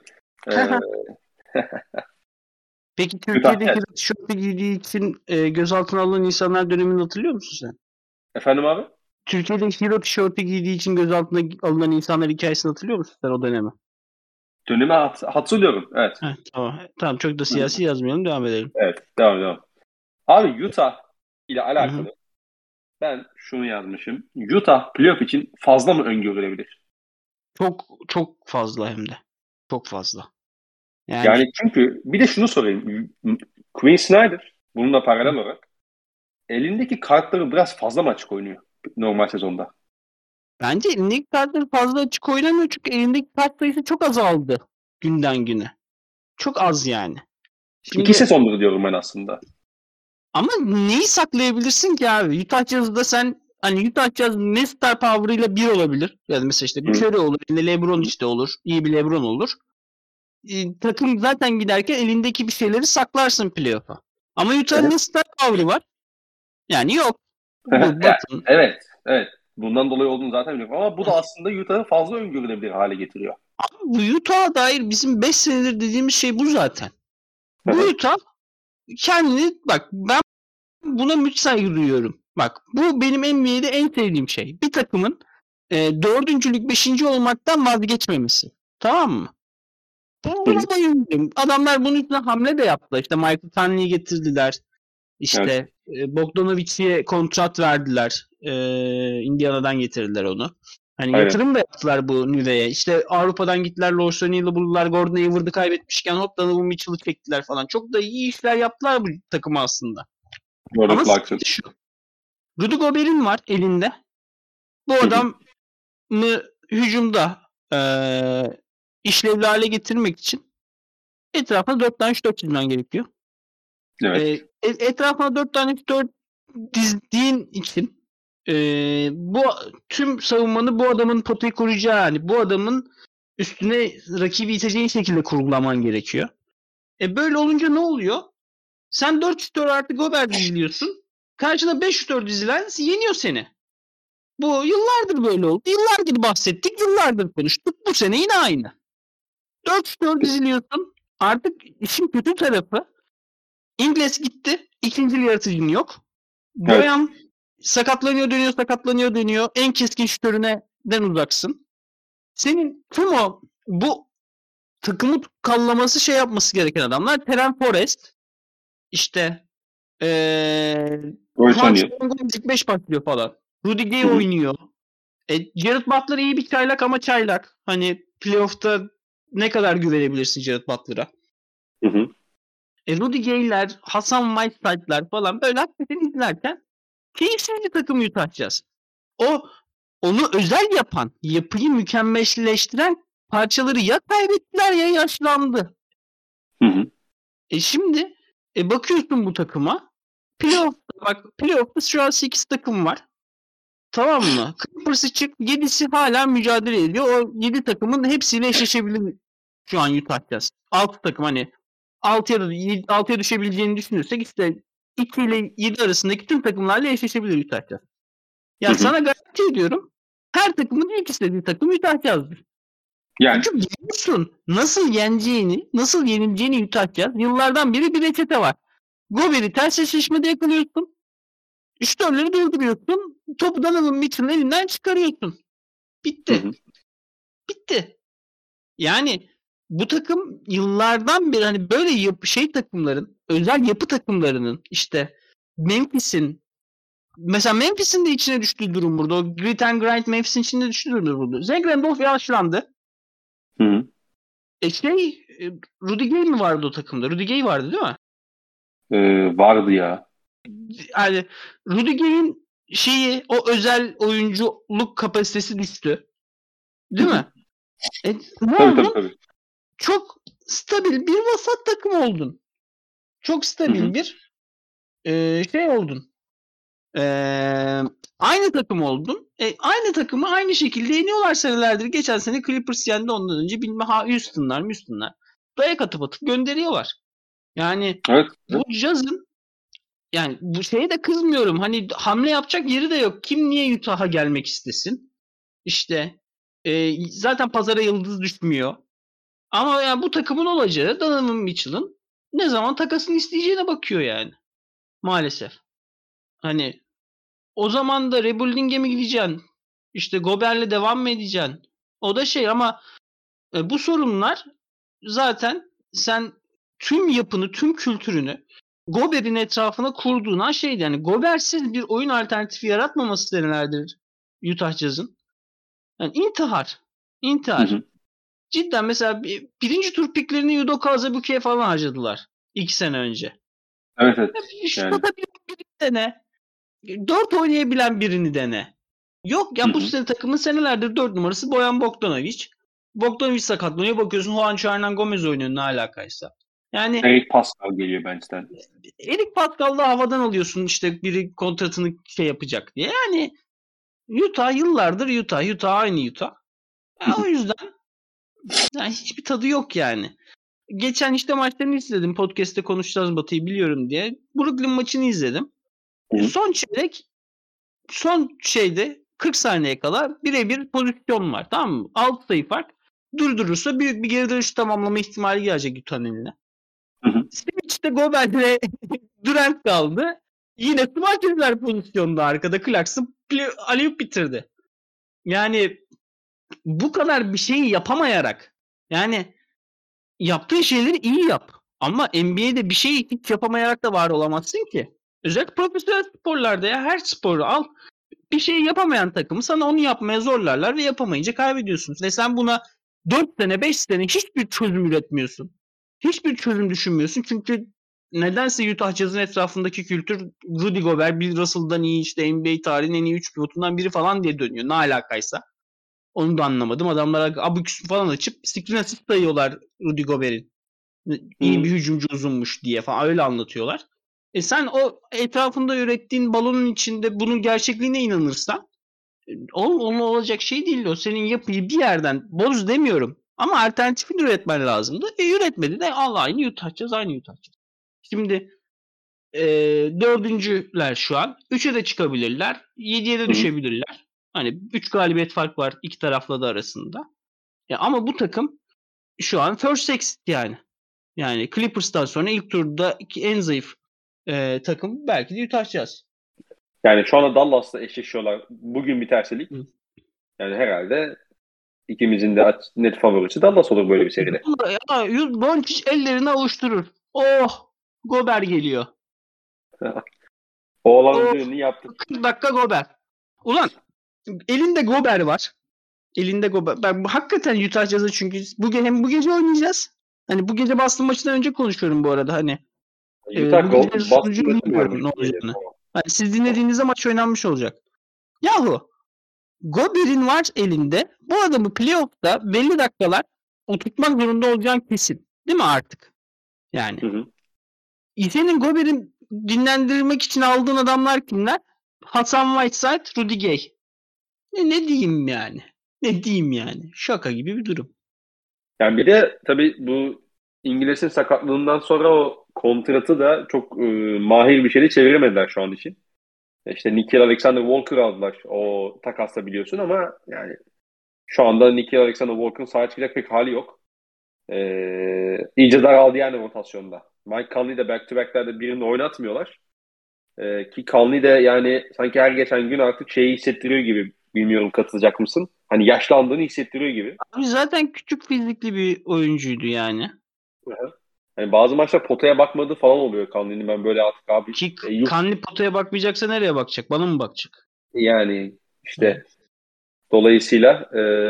Peki Türkiye'de Hero tişörtü giydiği için gözaltına alınan insanlar dönemini hatırlıyor musun sen? Efendim abi? Türkiye'de Hero tişörtü giydiği için gözaltına alınan insanlar hikayesini hatırlıyor musun sen o dönemi? Dönemi hatırlıyorum. Evet. Tamam çok da siyasi yazmayalım, devam edelim. Evet, devam. Abi Utah ile alakalı ben şunu yazmışım. Utah playoff için fazla mı öngörülebilir? Çok fazla hem de. Çok fazla. Yani çünkü bir de şunu sorayım. Quinn Snyder bununla paralel olarak elindeki kartları biraz fazla mı açık oynuyor normal sezonda? Bence elindeki kartları fazla açık oynamıyor çünkü elindeki kart sayısı çok azaldı günden güne. Çok az yani. Şimdi, 2 sezondur diyorum ben aslında. Ama neyi saklayabilirsin ki abi? Utah Jazz'da sen hani Utah Jazz ne star power'ıyla bir olabilir. Yani mesela işte bir Curry olur, elinde LeBron işte olur. İyi bir LeBron olur. Takım zaten giderken elindeki bir şeyleri saklarsın playoff'a. Ama Utah'ın ne star power'ı var? Yani yok. Evet. Bundan dolayı olduğunu zaten biliyorum. Ama bu da aslında Utah'ı fazla öngörülebilir hale getiriyor. Abi bu Utah'a dair bizim 5 senedir dediğimiz şey bu zaten. Bu Utah kendini bak ben buna müsaade duyuyorum. Bak bu benim NBA'de en sevdiğim şey. Bir takımın 4. 5. olmaktan vazgeçmemesi. Tamam mı? Buna bayılıyorum. Adamlar bunun üstüne hamle de yaptılar. İşte Michael Conley'i getirdiler. İşte Bogdanovic'e kontrat verdiler. Indiana'dan getirdiler onu. Hani yatırım da yaptılar bu Nüve'ye. İşte Avrupa'dan gittiler. Lawrence O'Neal'ı buldular. Gordon Hayward'ı kaybetmişken hop Donovan Mitchell'ı çektiler falan. Çok da iyi işler yaptılar bu takımı aslında. Ama şu. Rudy Gobert'in var elinde. Bu adamı hücumda işlevli hale getirmek için etrafına 4 tane şut çizmen gerekiyor. Evet. Etrafına 4 tane şut dizdiğin için bu tüm savunmanı bu adamın potayı koruyacağı, yani bu adamın üstüne rakibi iteceğin şekilde kurgulaman gerekiyor. Böyle olunca ne oluyor? Sen 4 şutör artı Gobert diziliyorsun. Karşına 5 şutör dizilen yeniyor seni. Bu yıllardır böyle oldu. Yıllardır bahsettik. Yıllardır konuştuk. Bu sene yine aynı. 4 şutör diziliyorsun. Artık işin kötü tarafı İngiliz gitti. İkinci yaratıcın yok. Boyan sakatlanıyor dönüyor. En keskin şutöründen uzaksın. Senin tüm o bu takımı kallaması şey yapması gereken adamlar. Terence Forrest işte Magic 5 başlıyor falan. Rudy Gay oynuyor. Jared Butler iyi bir çaylak ama çaylak. Hani playoff'ta ne kadar güvenebilirsin Jared Butler'a? Rudy Gay'ler, Hasan Whiteside'lar falan böyle hakikaten izlerken keyifsiz bir takım Utah Jazz. Onu özel yapan, yapıyı mükemmelleştiren parçaları ya kaybettiler ya yaşlandı. Şimdi bakıyorsun bu takıma. Playoff'ta şu an 8 takım var. Tamam mı? Clippers'ı çık, 7'si hala mücadele ediyor. O 7 takımın hepsiyle eşleşebilir şu an Utah Jazz. 6 takım hani 6'ya düşebileceğini düşünürsek işte 2 ile 7 arasındaki tüm takımlarla eşleşebilir Utah Jazz. Ya sana garanti ediyorum her takımın ilk istediği takım Utah Jazz'dır. Yani. Çünkü biliyorsun nasıl yenileceğini Utah Jazz. Yıllardan beri bir reçete var. Gobert'i ters eşleşmede yakalıyorsun. Şutörleri durduruyorsun. Topu Donovan Mitchell'ın elinden çıkarıyorsun. Bitti. Bitti. Yani bu takım yıllardan beri hani böyle takımların, özel yapı takımlarının işte Memphis'in de içine düştüğü durum burada. O grit and grind Memphis'in içine düştüğü durum burada. Zach Randolph yaşlandı. Rudy Gay mi vardı o takımda? Rudy Gay vardı değil mi? Vardı ya. Yani Rudy Gay'in o özel oyunculuk kapasitesi düştü. Değil mi? Tabii. Çok stabil bir vasat takım oldun. Çok stabil bir oldun. Aynı takım oldun. Aynı takımı aynı şekilde yeniyorlar senelerdir. Geçen sene Clippers yendi, ondan önce Houston'lar. Dayak atıp gönderiyorlar. Yani bu Jazz'ın yani bu şeye de kızmıyorum. Hani hamle yapacak yeri de yok. Kim niye Utah'a gelmek istesin? İşte zaten pazara yıldız düşmüyor. Ama yani bu takımın olacağı Donovan Mitchell'ın ne zaman takasını isteyeceğine bakıyor yani. Maalesef. Hani o zaman da rebuilding'e mi gideceksin? İşte Gobert'le devam mı edeceksin? O da şey ama bu sorunlar zaten sen tüm yapını, tüm kültürünü Gobert'in etrafına kurduğun şeydi. Yani Gobert'siz bir oyun alternatifi yaratmaması senelerdir Utah Jazz'ın. Yani intihar. İntihar. Hı hı. Cidden mesela birinci tur piklerini Udoka Azubuike'ye falan harcadılar. 2 sene önce. Evet. Şut atabilen birini dene. 4 oynayabilen birini dene. Yok ya bu sene takımın senelerdir 4 numarası Bojan Bogdanovic. Bogdanovic sakatlanıyor. Bakıyorsun Juancho Hernan Gomez oynuyor ne alakaysa. Yani Eric Pascal geliyor bench'ten. Eric Pascal'da havadan alıyorsun işte biri kontratını yapacak diye. Yani Utah yıllardır Utah aynı Utah. O yüzden yani hiçbir tadı yok yani. Geçen işte maçlarını izledim. Podcast'te konuşacağız Batı'yı biliyorum diye. Brooklyn maçını izledim. Son çeyrek son 40 saniye kala birebir pozisyon var. Tamam mı? 6 sayı fark. Durdurursa büyük bir geri dönüş tamamlama ihtimali gelecek Utah'ın eline. Switch'te Gobert'le Durant kaldı. Yine Smart'lar pozisyonda arkada. Clarkson alley-oop bitirdi. Yani bu kadar bir şeyi yapamayarak yani yaptığın şeyleri iyi yap. Ama NBA'de bir şeyi hiç yapamayarak da var olamazsın ki. Özellikle profesyonel sporlarda ya her sporu al. Bir şey yapamayan takımı sana onu yapmaya zorlarlar ve yapamayınca kaybediyorsun. Ve sen buna 4 sene 5 sene hiçbir çözüm üretmiyorsun. Hiçbir çözüm düşünmüyorsun. Çünkü nedense Utah Jazz'ın etrafındaki kültür Rudy Gobert, Bill Russell'dan iyi işte NBA tarihinin en iyi 3 pivotundan biri falan diye dönüyor. Ne alakaysa. Onu da anlamadım. Adamlar abuk falan açıp screen assist dayıyorlar Rudy Gobert'in. İyi bir hücumcu uzunmuş diye falan öyle anlatıyorlar. Sen o etrafında ürettiğin balonun içinde bunun gerçekliğine inanırsan onun olacak şey değil o. Senin yapıyı bir yerden boz demiyorum. Ama alternatifini üretmen lazımdı. Üretmedi de aynı yutacağız. Şimdi dördüncüler şu an. 3'e de çıkabilirler. 7'ye de düşebilirler. Hani 3 galibiyet fark var iki tarafla da arasında. Ama bu takım şu an first exit yani. Yani Clippers'tan sonra ilk turda en zayıf takım belki de Utah Jazz. Yani şu anda Dallas'la eşleşiyorlar. Bugün biterse lig. Yani herhalde ikimizin de net favorisi Dallas olur böyle bir seride. Doncic ellerini avuşturur. Oh! Gobert geliyor. Oğlanın düğününü yaptık. 40 dakika Gobert. Ulan elinde Gobert var. Ben hakikaten Utah Jazz'ı çünkü bu gece oynayacağız. Hani bu gece Boston maçından önce konuşuyorum bu arada hani. Bu gece sonucu bilmiyorum ne olacağını. Hani siz dinlediğinizde maç oynanmış olacak. Yahu Gobert'in var elinde. Bu adamı playoff'ta belli dakikalar oturtmak zorunda olacağın kesin. Değil mi artık? Yani. Senin Gobert'in dinlendirmek için aldığın adamlar kimler? Hasan Whiteside, Rudy Gay. Ne diyeyim yani? Ne diyeyim yani? Şaka gibi bir durum. Yani bir de tabii bu İngiliz'in sakatlığından sonra o kontratı da çok mahir bir şeyle çeviremediler şu an için. İşte Nickeil Alexander-Walker aldılar o takasla biliyorsun ama yani şu anda Nickeil Alexander-Walker'ın sahaya çıkacak pek hali yok. İyice daraldı yani rotasyonda. Mike Conley de back to back'lerde birini oynatmıyorlar. Ki Conley de yani sanki her geçen gün artık şeyi hissettiriyor gibi. Bilmiyorum katılacak mısın? Hani yaşlandığını hissettiriyor gibi. Abi zaten küçük fizikli bir oyuncuydu yani. Yani bazı maçlar potaya bakmadığı falan oluyor Conley'nin. Ben böyle artık abi... Ki Conley potaya bakmayacaksa nereye bakacak? Bana mı bakacak? Yani işte dolayısıyla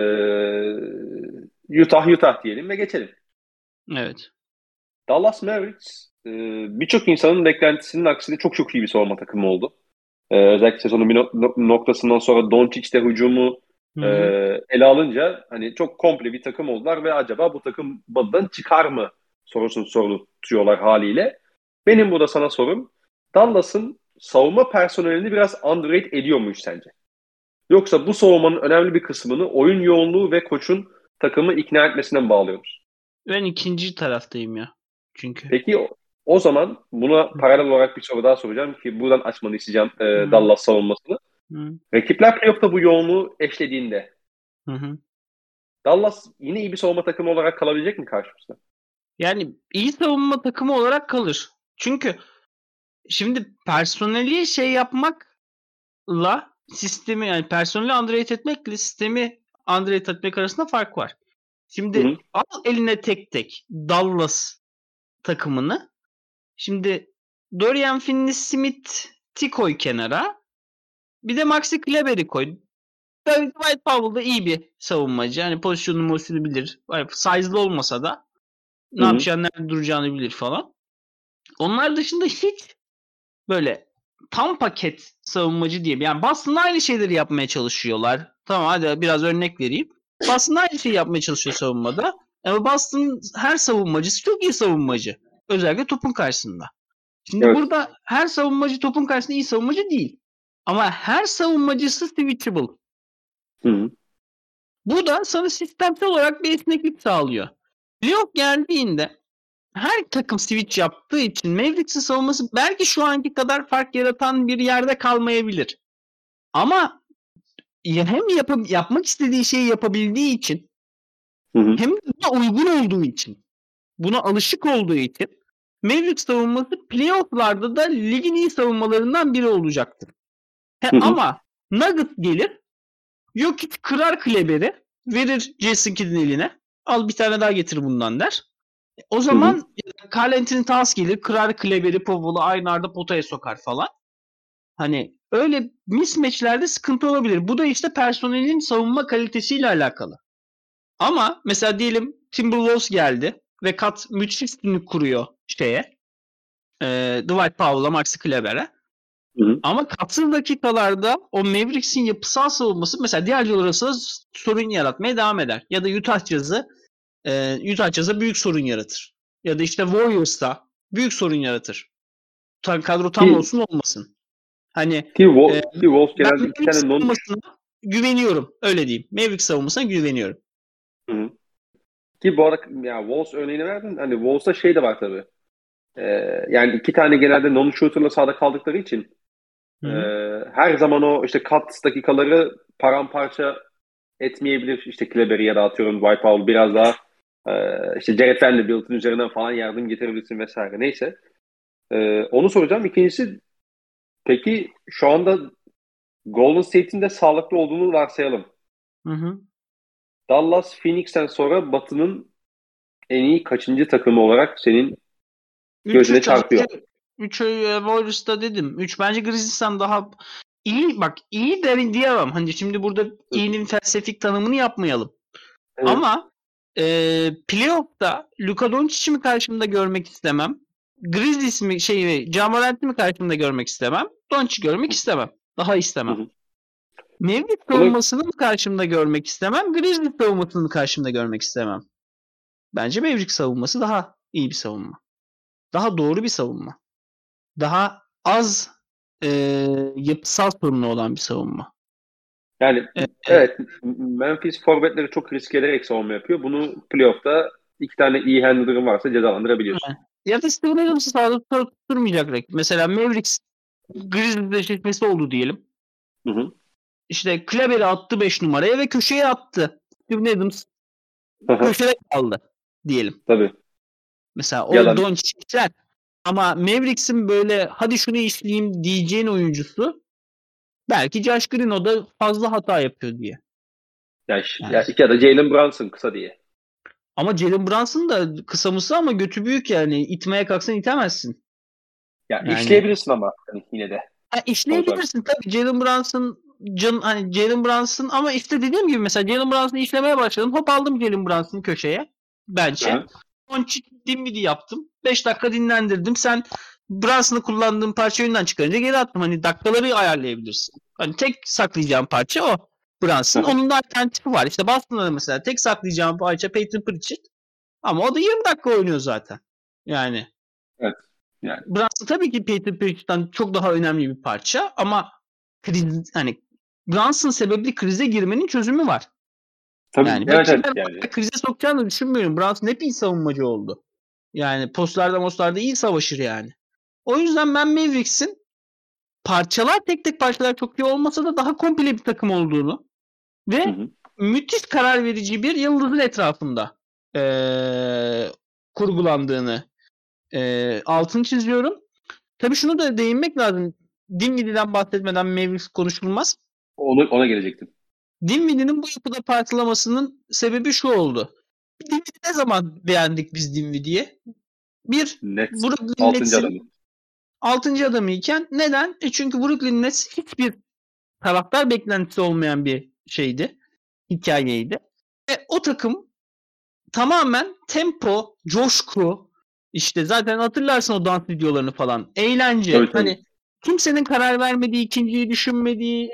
Utah diyelim ve geçelim. Evet. Dallas Mavericks birçok insanın beklentisinin aksine çok iyi bir savunma takımı oldu. Özellikle sezonun bir noktasından sonra Doncic de hücumu ele alınca hani çok komple bir takım oldular ve acaba bu takım Batı'dan çıkar mı sorusunu sorutuyorlar haliyle. Benim burada sana sorum, Dallas'ın savunma personelini biraz underrate ediyor muyuz sence? Yoksa bu savunmanın önemli bir kısmını oyun yoğunluğu ve koçun takımı ikna etmesine mi bağlıyoruz? Ben ikinci taraftayım ya. Çünkü. Peki O zaman buna paralel olarak bir soru daha soracağım ki buradan açmanı isteyeceğim Dallas savunmasını. Rakipler playoff'ta bu yoğunluğu eşlediğinde Dallas yine iyi bir savunma takımı olarak kalabilecek mi karşımızda? Yani iyi savunma takımı olarak kalır. Çünkü şimdi personeli şey yapmakla sistemi, yani personeli underrate etmekle sistemi underrate etmek arasında fark var. Şimdi al eline tek tek Dallas takımını. Şimdi Dorian Finney-Smith'i koy kenara. Bir de Maxi Kleber'i koy. David White Powell da iyi bir savunmacı. Hani pozisyonunu bilir. Size'lı olmasa da ne yapacağını, nerede duracağını bilir falan. Onlar dışında hiç böyle tam paket savunmacı diye. Yani Boston'da aynı şeyleri yapmaya çalışıyorlar. Tamam, hadi biraz örnek vereyim. Boston'da aynı şeyi yapmaya çalışıyor savunmada. Ama Boston her savunmacısı çok iyi savunmacı. Özellikle topun karşısında. Şimdi burada her savunmacı topun karşısında iyi savunmacı değil. Ama her savunmacısı switchable. Bu da sana sistemsel olarak bir esneklik sağlıyor. Playoff geldiğinde her takım switch yaptığı için Mavericks'in savunması belki şu anki kadar fark yaratan bir yerde kalmayabilir. Ama hem yapmak istediği şeyi yapabildiği için hem de buna uygun olduğu için, buna alışık olduğu için Mavericks savunması playoff'larda da ligin iyi savunmalarından biri olacaktır. Ama Nuggets gelir, yok hiç kırar Kleber'i, verir Jason Kidd'in eline. Al bir tane daha getir bundan der. O zaman Karl Anthony Towns gelir, kırar Kleber'i, Powell'ı aynı anda potaya sokar falan. Hani öyle mismatchlerde sıkıntı olabilir. Bu da işte personelin savunma kalitesiyle alakalı. Ama mesela diyelim Timberwolves geldi ve Kat müthiş üstünlük kuruyor Dwight Powell'a, Maxi Kleber'e. Ama katsız dakikalarda o Mavericks'in yapısal savunması mesela diğer arasında sorun yaratmaya devam eder. Ya da Utah Jazz'a büyük sorun yaratır. Ya da işte Warriors'ta büyük sorun yaratır. Kadro tam olsun olmasın. Hani Wolves genelde iki tane savunmasına güveniyorum. Öyle diyeyim. Mavericks savunmasına güveniyorum. Ki bu arada ya Wolves örneğini verdin. Hani Wolves'ta şey de var tabii. Yani iki tane genelde non-shooter'la sahada kaldıkları için her zaman o işte cut dakikaları paramparça etmeyebilir. İşte Kleber'i ya da atıyorum Dwight Powell biraz daha işte Jared Vanderbilt'in üzerinden falan yardım getirebilirsin vesaire. Neyse. Onu soracağım. İkincisi, peki şu anda Golden State'in de sağlıklı olduğunu varsayalım. Dallas, Phoenix'ten sonra Batı'nın en iyi kaçıncı takımı olarak senin gözüne çarpıyor? 3 Warriors'ta dedim. 3 bence Grizzlies'ten daha iyi. Bak iyi derin diyemem. Hani şimdi burada iyinin felsefik tanımını yapmayalım. Ama playoff'ta Luka Doncic'i mi karşımda görmek istemem? Grizzlies mi Ja Morant'i mi karşımda görmek istemem? Doncic görmek istemem. Daha istemem. Mavericks savunmasını mı karşımda görmek istemem? Grizzlies savunmasını mı karşımda görmek istemem? Bence Mavericks savunması daha iyi bir savunma. Daha doğru bir savunma. Daha az yapısal sorunu olan bir savunma. Yani evet, Memphis forvetleri çok risk ederek savunma yapıyor. Bunu playoff'ta iki tane iyi handler'ın varsa cezalandırabiliyorsun. Ya da Steven Adams'ı sahada tutturmayacak rakip. Mesela Mavericks Grizzlies eşleşmesi oldu diyelim. İşte Kleber'i attı 5 numaraya ve köşeye attı. Steven Adams köşede kaldı diyelim. Tabii. Mesela o Doncic'ler. Ama Mavericks'in böyle hadi şunu işleyeyim diyeceğin oyuncusu belki Josh Green, o da fazla hata yapıyor diye. Ya da Jalen Brunson kısa diye. Ama Jalen Brunson da kısa ama götü büyük yani. İtmeye kalksan itemezsin. Yani işleyebilirsin ama hani yine de. İşleyebilirsin tabii. Jalen Brunson ama işte dediğim gibi mesela Jalen Brunson'ı işlemeye başladım. Hop aldım Jalen Brunson'ı köşeye. Bence. Dimidi yaptım. 5 dakika dinlendirdim. Sen Brunson'ı kullandığın parça oyundan çıkarınca geri attım. Hani dakikaları ayarlayabilirsin. Hani tek saklayacağım parça o. Brunson. Onun da alternatifi var. İşte Boston'da da mesela tek saklayacağım parça Peyton Pritchard. Ama o da 20 dakika oynuyor zaten. Yani. Evet. Yani. Brunson tabii ki Peyton Pritchard'dan çok daha önemli bir parça ama Brunson sebepli krize girmenin çözümü var. Tabii, yani. Krize sokacağını düşünmüyorum. Brunson hep iyi savunmacı oldu. Yani postlarda iyi savaşır yani. O yüzden ben Mavericks'in tek tek parçalar çok iyi olmasa da daha komple bir takım olduğunu ve müthiş karar verici bir yıldızın etrafında kurgulandığını altını çiziyorum. Tabii şunu da değinmek lazım. Dinwiddie'den bahsetmeden Mavericks konuşulmaz. Ona gelecektim. Dinwiddie'nin bu yapıda parçalamasının sebebi şu oldu. Dinwiddie ne zaman beğendik biz Dinwiddie'yi? Brooklyn Nets'in 6. adamı iken neden? Çünkü Brooklyn Nets hiçbir taraftar beklentisi olmayan bir hikayeydi. Ve o takım tamamen tempo, coşku, işte zaten hatırlarsın o dans videolarını falan. Eğlence. Tabii. Hani kimsenin karar vermediği, ikinciyi düşünmediği,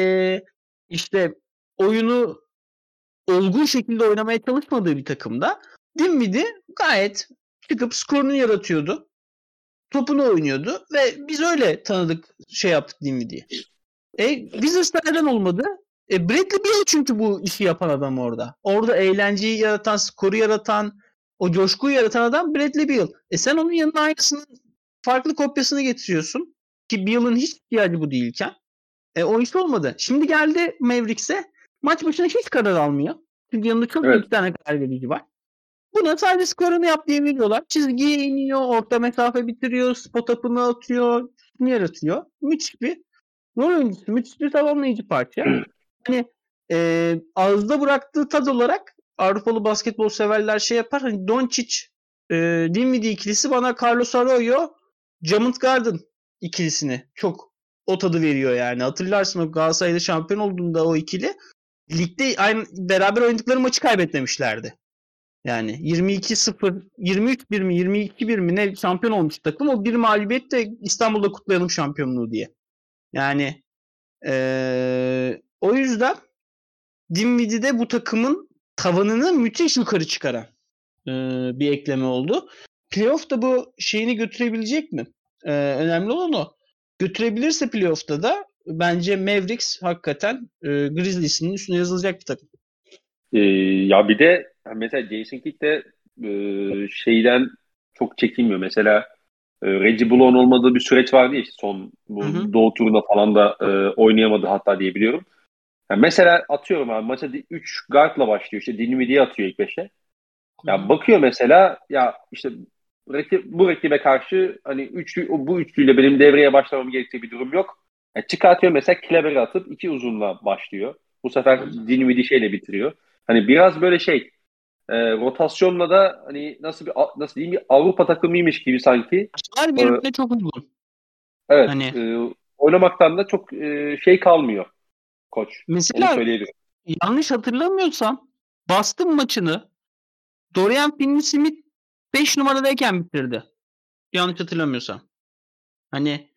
işte oyunu olgun şekilde oynamaya çalışmadığı bir takımda Dinwiddie gayet çıkıp skorunu yaratıyordu. Topunu oynuyordu ve biz öyle tanıdık yaptık Dinwiddie'yi. Wizards'ta neden olmadı? Bradley Beal çünkü bu işi yapan adam orada. Orada eğlenceyi yaratan, skoru yaratan, o coşkuyu yaratan adam Bradley Beal. Sen onun yanına aynısının farklı kopyasını getiriyorsun. Ki Beal'ın hiç ihtiyacı bu değilken. O iş olmadı. Şimdi geldi Mavericks'e. Maç başına hiç karar almıyor. Çünkü yanında çok iyi bir tane karar verici var. Buna sadece skorunu yap diye veriyorlar. Çizgiye iniyor, orta mesafe bitiriyor, spot up'ını atıyor, şutunu yaratıyor. Müthiş bir rol oyuncusu, müthiş bir tamamlayıcı parça. Hani ağızda bıraktığı tad olarak Avrupalı basketbol severler yapar. Hani Doncic, Dinwiddie ikilisi bana Carlos Arroyo, Jamont Garden ikilisini çok o tadı veriyor yani. Hatırlarsın o Galatasaray'da şampiyon olduğunda o ikili ligde aynı beraber oynadıkları maçı kaybetmemişlerdi. Yani 22-0, 23-1 mi 22-1 mi ne şampiyon olmuş takım. O bir mağlubiyet de İstanbul'da kutlayalım şampiyonluğu diye. Yani o yüzden Dinwiddie'de bu takımın tavanını müthiş yukarı çıkaran bir ekleme oldu. Playoff'ta bu şeyini götürebilecek mi? Önemli olan o. Götürebilirse playoff'ta da bence Mavericks hakikaten Grizzlies'in üstüne yazılacak bir takım. Ya bir de mesela Jason Kidd de şeyden çok çekinmiyor. Mesela Reggie Bullock'un olmadığı bir süreç vardı ya işte son bu Doğu turunda falan da oynayamadı hatta diye biliyorum. Yani mesela atıyorum abi maça 3 guard'la başlıyor. İşte Dinwiddie'yi atıyor ilk 5'e. Ya bakıyor mesela ya işte bu rakibe karşı hani bu üçlüyle benim devreye başlamam gerektiği bir durum yok. Yani çıkartıyor mesela Kleber'i atıp 2 uzunla başlıyor. Bu sefer Dinwiddie şeyle bitiriyor. Hani biraz böyle rotasyonla da hani nasıl diyeyim bir Avrupa takımıymış gibi sanki. Maçlar birbirine çok uygun. Evet. Hani oynamaktan da çok kalmıyor koç. mesela onu söyleyebilirim. Yanlış hatırlamıyorsam Boston maçını Dorian Finney-Smith 5 numaradayken bitirdi. Yanlış hatırlamıyorsam. Hani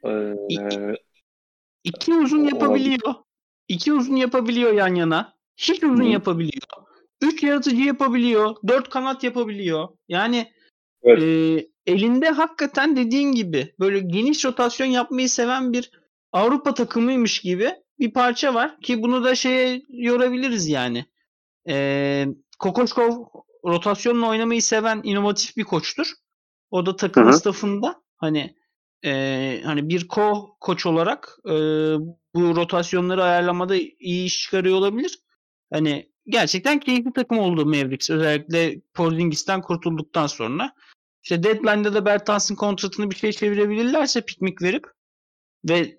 iki uzun yapabiliyor. 2 uzun yapabiliyor yan yana. Hiç uzun yapabiliyor. 3 yaratıcı yapabiliyor. 4 kanat yapabiliyor. Yani elinde hakikaten dediğin gibi böyle geniş rotasyon yapmayı seven bir Avrupa takımıymış gibi bir parça var. Ki bunu da yorabiliriz yani. Kokoşkov rotasyonla oynamayı seven inovatif bir koçtur. O da takımın staffında hani bir koç olarak bu rotasyonları ayarlamada iyi iş çıkarıyor olabilir. Hani gerçekten keyifli takım oldu Mavericks. Özellikle Porzingis'ten kurtulduktan sonra. İşte deadline'da da Bertans'ın kontratını bir şey çevirebilirlerse piknik verip ve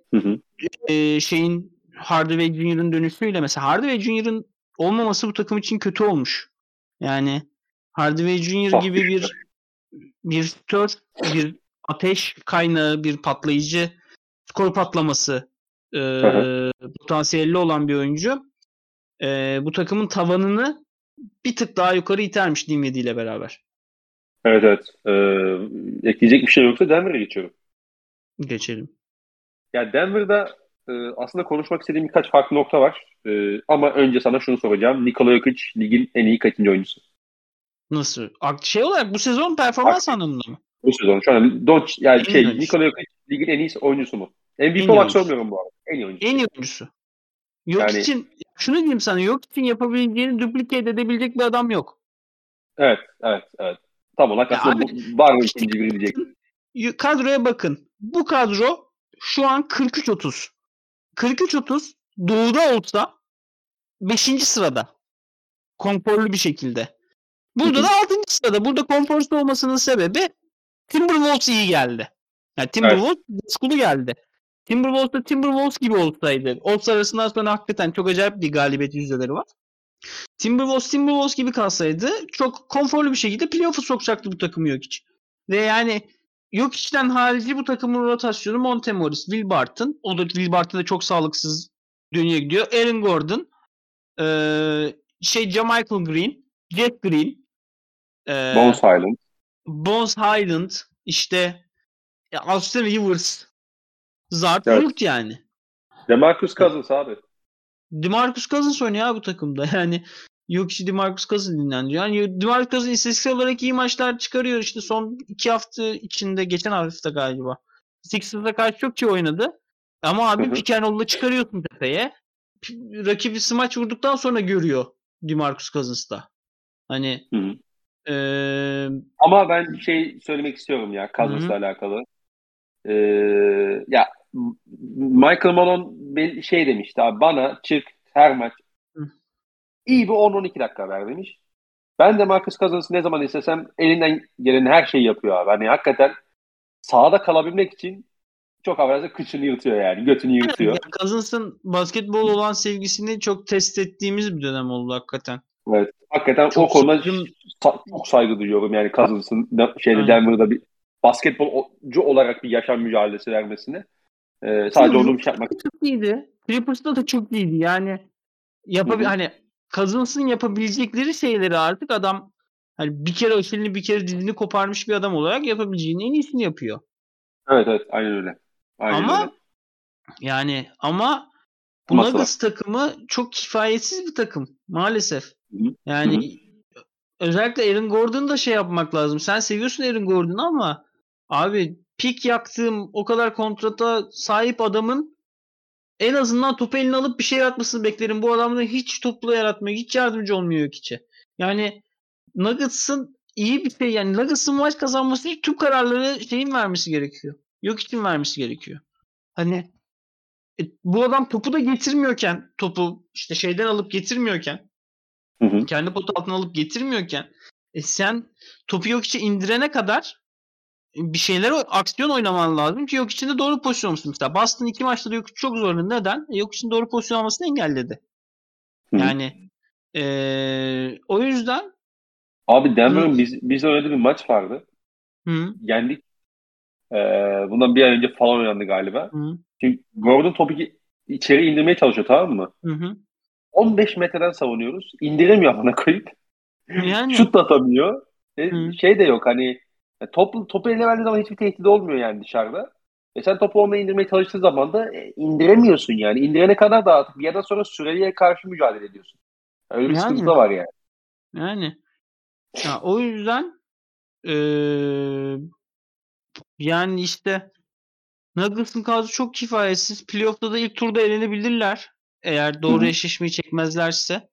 Hardaway Junior'ın dönüşüyle mesela Hardaway Junior'ın olmaması bu takım için kötü olmuş. Yani Hardaway Junior gibi bir şütör, bir ateş kaynağı, bir patlayıcı, skor patlaması potansiyelli olan bir oyuncu bu takımın tavanını bir tık daha yukarı itermiş Dinwiddie ile beraber. Evet. Ekleyecek bir şey yoksa Denver'a geçiyorum. Geçelim. Ya Denver'da aslında konuşmak istediğim birkaç farklı nokta var. Ama önce sana şunu soracağım. Nikola Jokic ligin en iyi kaçıncı oyuncusu? Nasıl? Olarak bu sezon performans anlamında mı? Bu sezon şu an Nikola Jokic ligin en iyi oyuncusu mu? MVP olarak sormuyorum bu arada. En iyi oyuncusu. En iyi oyuncusu. Jokic'in şunu diyeyim sana. Jokic'in yapabileceğini duplicate edebilecek bir adam yok. Evet. Tam olarak aslında var mı ikinci biri diyecek. Kadroya bakın. Bu kadro şu an 43-30. 43-30 doğuda olsa 5. sırada. Konforlu bir şekilde. Burada da 6. sırada. Burada konforsuz olmasının sebebi Timberwolves iyi geldi. Yani Timberwolves baskılı geldi. Timberwolves'da Timberwolves gibi olsaydı. All-Star arasından sonra hakikaten çok acayip bir galibiyet yüzdeleri var. Timberwolves gibi kalsaydı çok konforlu bir şekilde playoff'a sokacaktı bu takımı Jokic. Ve yani Jokic'ten harici bu takımın rotasyonu Monte Morris, Will Barton. O da Will Barton da çok sağlıksız dönüyor gidiyor. Aaron Gordon, JaMychal Green, Jeff Green, Bones Hyland, işte Austin Rivers, Zart Vult yani. DeMarcus Cousins abi. DeMarcus Cousins oynuyor ya bu takımda. Yani yok işte DeMarcus Cousins dinlendiriyor. Yani DeMarcus Cousins istatistiksel olarak iyi maçlar çıkarıyor. İşte son 2 hafta içinde, geçen hafta galiba Sixers'a karşı çok iyi oynadı. Ama abi pick and roll'la çıkarıyorsun tepeye. Rakibi smaç vurduktan sonra görüyor DeMarcus Cousins'ta. Hani ama ben söylemek istiyorum ya Cousins'la alakalı. Ya Michael Malone demişti abi, bana çık her maç iyi bir 10-12 dakika ver demiş. Ben de Marcus Cousins'ı ne zaman istesem elinden gelen her şeyi yapıyor abi. Hani hakikaten sahada kalabilmek için çok fazla kıçını yırtıyor yani. Götünü yırtıyor. Cousins'ın basketbol olan sevgisini çok test ettiğimiz bir dönem oldu hakikaten. Evet. Hakikaten çok o konuda çok saygı duyuyorum. Yani Cousins'ın Denver'da bir basketbolcu olarak bir yaşam mücadelesi vermesini. Sadece onu bir şey yapmak. Çok iyiydi. Clippers'ta da çok iyiydi. Yani hani Cousins'ın yapabilecekleri şeyleri artık adam hani bir kere öşelini bir kere dizini koparmış bir adam olarak yapabileceğinin en iyisini yapıyor. Evet aynen öyle. Ama bu Nuggets takımı çok kifayetsiz bir takım maalesef. Yani özellikle Aaron Gordon'u da yapmak lazım. Sen seviyorsun Aaron Gordon'u ama abi pik yaktığım o kadar kontrata sahip adamın en azından topu eline alıp bir şey yaratmasını beklerim. Bu adamda hiç topla yaratmıyor. Hiç yardımcı olmuyor Jokic'e. Yani Nuggets'ın iyi bir şey. Yani Nuggets'ın maç kazanması için tüm kararları vermesi gerekiyor. Jokic'in vermesi gerekiyor. Hani bu adam topu da getirmiyorken, topu işte şeyden alıp getirmiyorken, kendi potu altına alıp getirmiyorken sen topu Jokic'e indirene kadar bir şeyler aksiyon oynaman lazım ki Jokic'in de doğru pozisyon olsun. Mesela Boston 2 maçta da Jokic çok zorlandı. Neden? Jokic'in doğru pozisyon almasını engelledi. Yani o yüzden abi Denver'ın biz oynadığı bir maç vardı. Yendik. Bundan bir ay önce falan oynandı galiba. Çünkü Gordon topu içeri indirmeye çalışıyor, tamam mı? 15 metreden savunuyoruz. İndiremiyor bana koyup. Yani. Şut da atamıyor. De yok hani topu eline verdiği zaman hiçbir tehdit olmuyor yani dışarıda. Sen topu onunla indirmeye çalıştığı zaman da indiremiyorsun yani. İndirene kadar da artık bir yerden sonra süreliğe karşı mücadele ediyorsun. Öyle bir sıkıntı da var yani. Yani. Ya, o yüzden yani işte Nuggets'ın kadrosu çok kifayetsiz. Playoff'ta da ilk turda elenebilirler. Eğer doğru eşleşmeyi çekmezlerse.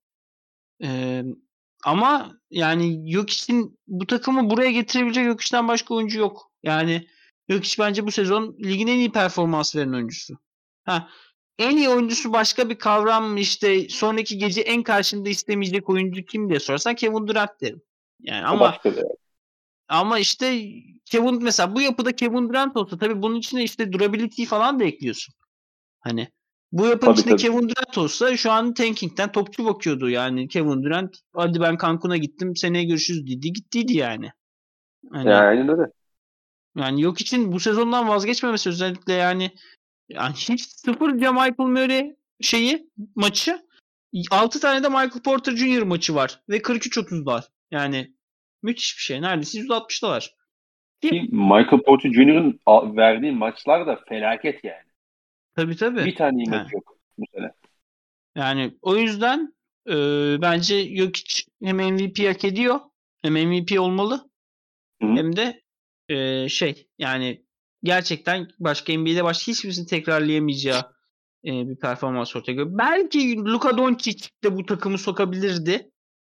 Ama yani Jokic'in bu takımı buraya getirebilecek Jokic'ten başka oyuncu yok. Yani Jokic bence bu sezon ligin en iyi performans veren oyuncusu. En iyi oyuncusu başka bir kavram mı, işte sonraki gece en karşında istemeyecek oyuncu kim diye sorarsan Kevin Durant derim. Yani ama işte mesela bu yapıda Kevin Durant olsa tabii bunun içine işte durability falan da ekliyorsun. Hani bu yapının içinde Kevin Durant olsa şu an tanking'den topçu bakıyordu yani. Kevin Durant hadi ben Cancun'a gittim, seneye görüşürüz dedi, gittiydi yani. Hani, aynen öyle. Yani yok için bu sezondan vazgeçmemesi özellikle yani hiç sıfır Michael Murray maçı 6 tane de Michael Porter Jr. maçı var ve 43-30'lar. Yani müthiş bir şey. Neredeyse 160'dalar. Ki Michael Porter Jr.'ın verdiği maçlar da felaket yani. Tabii. Bir tane iyi maç yok bu sene. Yani o yüzden bence Jokic hem MVP hak ediyor, hem MVP olmalı. Hem de yani gerçekten başka NBA'de hiçbirisini tekrarlayamayacağı bir performans ortaya koyuyor. Belki Luka Doncic de bu takımı sokabilirdi.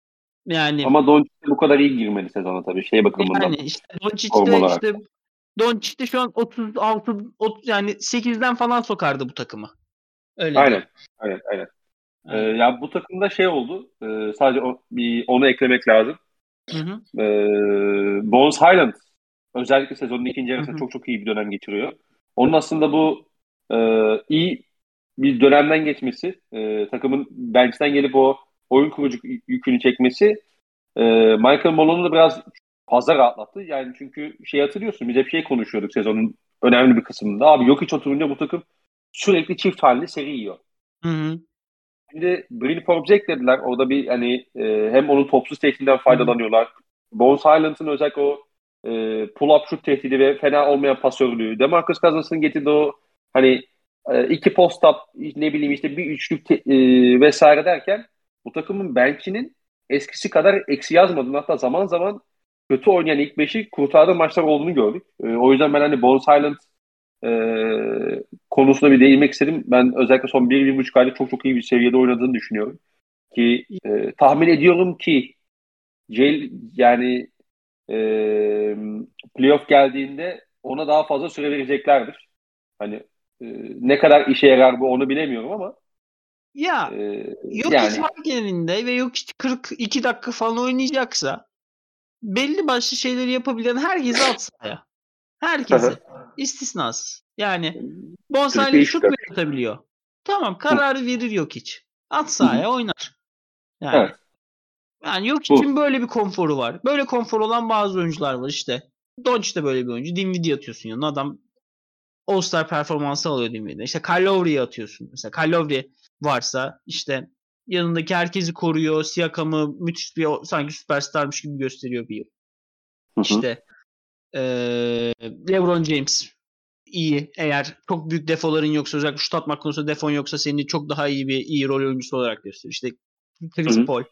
Yani ama Doncic bu kadar iyi girmedi sezona tabii şey bakımından. Yani işte Doncic de şu an 36 yani 8'den falan sokardı bu takımı. Öyle Aynen. değil. Aynen. Ya bu takımda şey oldu. Sadece onu eklemek lazım. Hı. Bones Hyland özellikle sezonun ikinci Hı yarısında hı. çok iyi bir dönem geçiriyor. Onun aslında bu iyi bir dönemden geçmesi, takımın bench'ten gelip o oyun kurucu yükünü çekmesi Michael Malone'u da biraz fazla rahatlattı. Yani çünkü şey hatırlıyorsun, biz hep şey konuşuyorduk sezonun önemli bir kısmında. Abi yok hiç oturunca bu takım sürekli çift halinde seri yiyor. Hı. Şimdi Bryn Forbes eklediler. Orada bir hani hem onun topsuz tehdidinden faydalanıyorlar. Bones Hyland'ın özellikle o pull-up shoot tehdidi ve fena olmayan pasörlüğü. DeMarcus Cousins'ın getirdiği o hani iki post-up ne bileyim işte bir üçlük vesaire derken bu takımın bench'inin eskisi kadar eksi yazmadığını, hatta zaman zaman kötü oynayan ilk beşi kurtardığı maçlar olduğunu gördük. O yüzden ben hani Bones Hyland konusuna bir değinmek istedim. Ben özellikle son 1-1,5 ayda çok çok iyi bir seviyede oynadığını düşünüyorum. Ki tahmin ediyorum ki yani e, playoff geldiğinde ona daha fazla süre vereceklerdir. Hani ne kadar işe yarar bu onu bilemiyorum ama Ya yok hiç yani genelinde ve yok hiç 42 dakika falan oynayacaksa belli başlı şeyleri yapabilen herkesi at sahaya. Herkesi. İstisnasız. Yani çocuk bir Bonser'le iş şut mu atabiliyor? Tamam, kararı verir yok hiç. At sahaya oynar. Yani. Evet. Yani yok Bu. için böyle bir konforu var. Böyle konfor olan bazı oyuncular var işte. Doncic de böyle bir oyuncu. Dinwiddie atıyorsun yanına. Adam All-Star performansı alıyor Dinwiddie. İşte Kyle Lowry'yi atıyorsun. Mesela Kyle Lowry varsa işte yanındaki herkesi koruyor. Siakam'ı müthiş bir sanki süperstarmış gibi gösteriyor bir yıl. İşte LeBron James iyi. Eğer çok büyük defoların yoksa, özellikle şut atmak konusunda defon yoksa seni çok daha iyi rol oyuncusu olarak gösteriyor. İşte Chris Paul.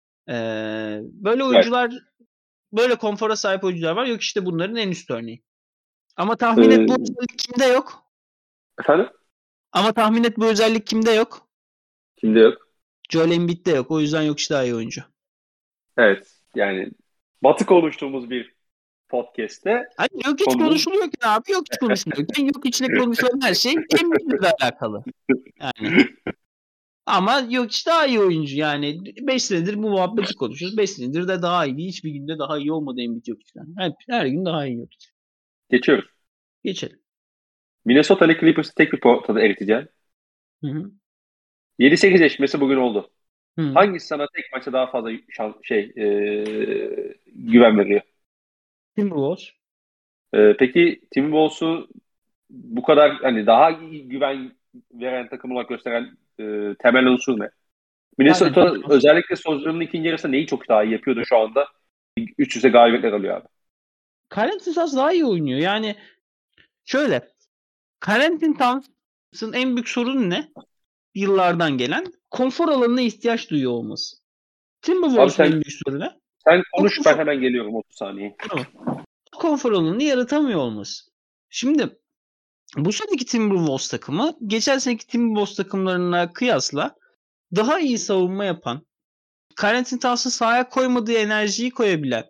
Böyle oyuncular, böyle konfora sahip oyuncular var. Yok işte bunların en üst örneği. Ama tahmin et bu özellik kimde yok? Efendim? Ama tahmin et bu özellik kimde yok? Kimde yok? Joel Embiid'de yok. O yüzden yok işte daha iyi oyuncu. Evet. Yani batı konuştuğumuz bir podcast'te Hani yok hiç konumuz konuşuluyorken abi yok hiç konuşuluyorken yok içine konuşulan her şey Embiid'le alakalı. Yani. Ama yok işte daha iyi oyuncu. Yani 5 senedir bu muhabbeti konuşuyoruz. 5 senedir de daha iyi. Hiçbir günde daha iyi olmadı Embiid yok işte. Her gün daha iyi yok. geçiyoruz. Geçelim. Minnesota ile Clippers'ı tek bir potada eriteceğim. Hı-hı. 7-8 eşleşmesi bugün oldu. Hı-hı. Hangisi sana tek maçta daha fazla güven veriyor? Timberwolves. Peki Timberwolves'u bu kadar hani daha iyi güven veren takım olarak gösteren temel unsur ne? Minnesota özellikle sezonun ikinci yarısında neyi çok daha iyi yapıyordu şu anda? Üst üste galibiyetler alıyor abi. Carlton Towns daha iyi oynuyor. Yani şöyle. Carlton Towns'ın en büyük sorunu ne? Yıllardan gelen konfor alanına ihtiyaç duyuyor olması. Abi Timberwolves'un en büyük sorunu. sen konuş ben hemen geliyorum 30 saniye. Tamam. Konfor alanını yaratamıyor olması. Şimdi bu seneki Timberwolves takımı geçen seneki Timberwolves takımlarına kıyasla daha iyi savunma yapan, Carlton Towns'ın sahaya koymadığı enerjiyi koyabilen,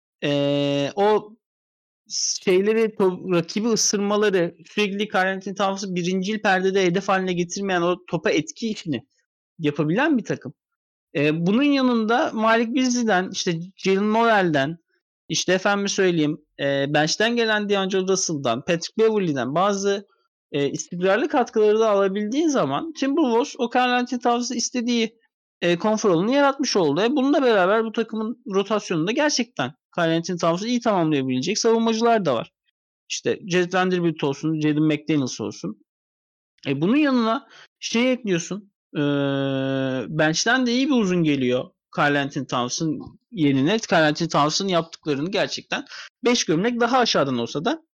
o şeyleri, rakibi ısırmaları, sürekli Carlton Towns'ı birincil perdede hedef haline getirmeyen, o topa etki işini yapabilen bir takım. Bunun yanında Malik Beasley'den, işte Jalen Morrell'den, işte efendim söyleyeyim bench'ten gelen D'Angelo Russell'dan, Patrick Beverley'den bazı istikrarlı katkıları da alabildiği zaman Timberwolves o Carlton Towns'ı istediği konfor alanını yaratmış oldu. Bununla beraber bu takımın rotasyonunda gerçekten Carlton Towns'ı iyi tamamlayabilecek savunmacılar da var. İşte Jared Vanderbilt olsun, Jaden McDaniels olsun. Bunun yanına şey ekliyorsun. Bench'ten de iyi bir uzun geliyor. Carlton Towns'ın yerine. Carlton Towns'ın yaptıklarını gerçekten 5 gömlek daha aşağıdan olsa da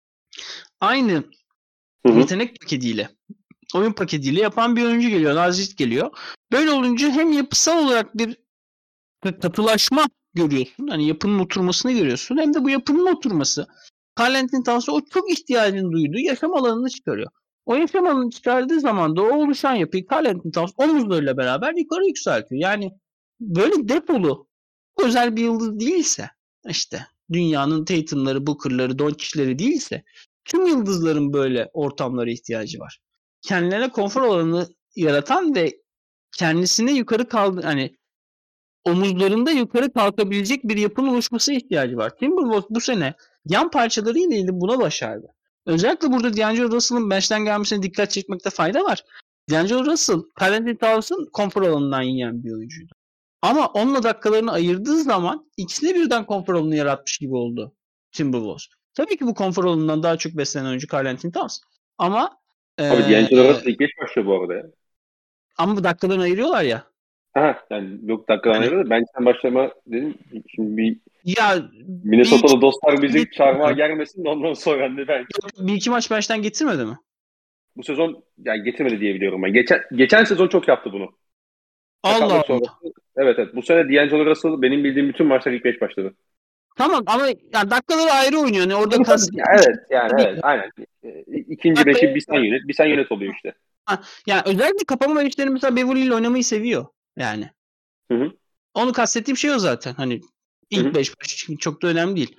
aynı yetenek paketiyle, oyun paketiyle yapan bir oyuncu geliyor. Nazik geliyor. Böyle olunca hem yapısal olarak bir katılaşma görüyorsun. Hani yapının oturmasını görüyorsun. Hem de bu yapının oturması Carlton Towns'a o çok ihtiyacını duyduğu yaşam alanını çıkarıyor. O yaşam alanını çıkardığı zaman da o oluşan yapıyı Carlton Towns omuzlarıyla beraber yukarı yükseltiyor. Yani böyle depolu özel bir yıldız değilse, işte dünyanın Tatum'ları, Booker'ları, Doncic'leri değilse tüm yıldızların böyle ortamlara ihtiyacı var. Kendilerine konfor alanı yaratan ve kendisine yukarı hani omuzlarında yukarı kalkabilecek bir yapının oluşmasına ihtiyacı var. Timberwolves bu sene yan parçalarıyla ilgili buna başardı. Özellikle burada D'Angelo Russell'ın bench'ten gelmesine dikkat çekmekte fayda var. D'Angelo Russell, Karl Anthony Towns'ın konfor alanından yiyen bir oyuncuydu. Ama onunla dakikalarını ayırdığı zaman ikisine birden konfor alanı yaratmış gibi oldu Timberwolves. Tabii ki bu konfor alanından daha çok beslenen oyuncu Karl Anthony Towns. Ama Abi D'Angelo Russell ilk 5 başlıyor bu arada ya. Ama bu dakikalarını ayırıyorlar ya. Yani yok dakikadan ayırıyor da ben sen başlama dedim. Şimdi bir ya Minnesota'da dostlar bizi çağırmaya gelmesin de ondan sonra hani belki. Bir iki maç baştan getirmedi mi? Bu sezon yani getirmedi diye biliyorum ben. Geçen sezon çok yaptı bunu. Allah Allah. Sonrası, evet. Bu sene D'Angelo Russell benim bildiğim bütün maçlar ilk 5 başladı. Tamam ama yani dakikaları ayrı oynuyor. Yani orada evet aynen. İkinci beşi bir sen yönet oluyor işte. Yani özellikle kapama beşleri mesela Beverly ile oynamayı seviyor yani. Hı. Onu kastettiğim şey o zaten. Hani ilk 5 maç çok da önemli değil.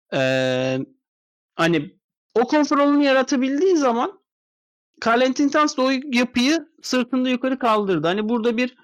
Hani o konfor alanını yaratabildiği zaman Karl Anthony Towns da o yapıyı sırtında yukarı kaldırdı. Hani burada bir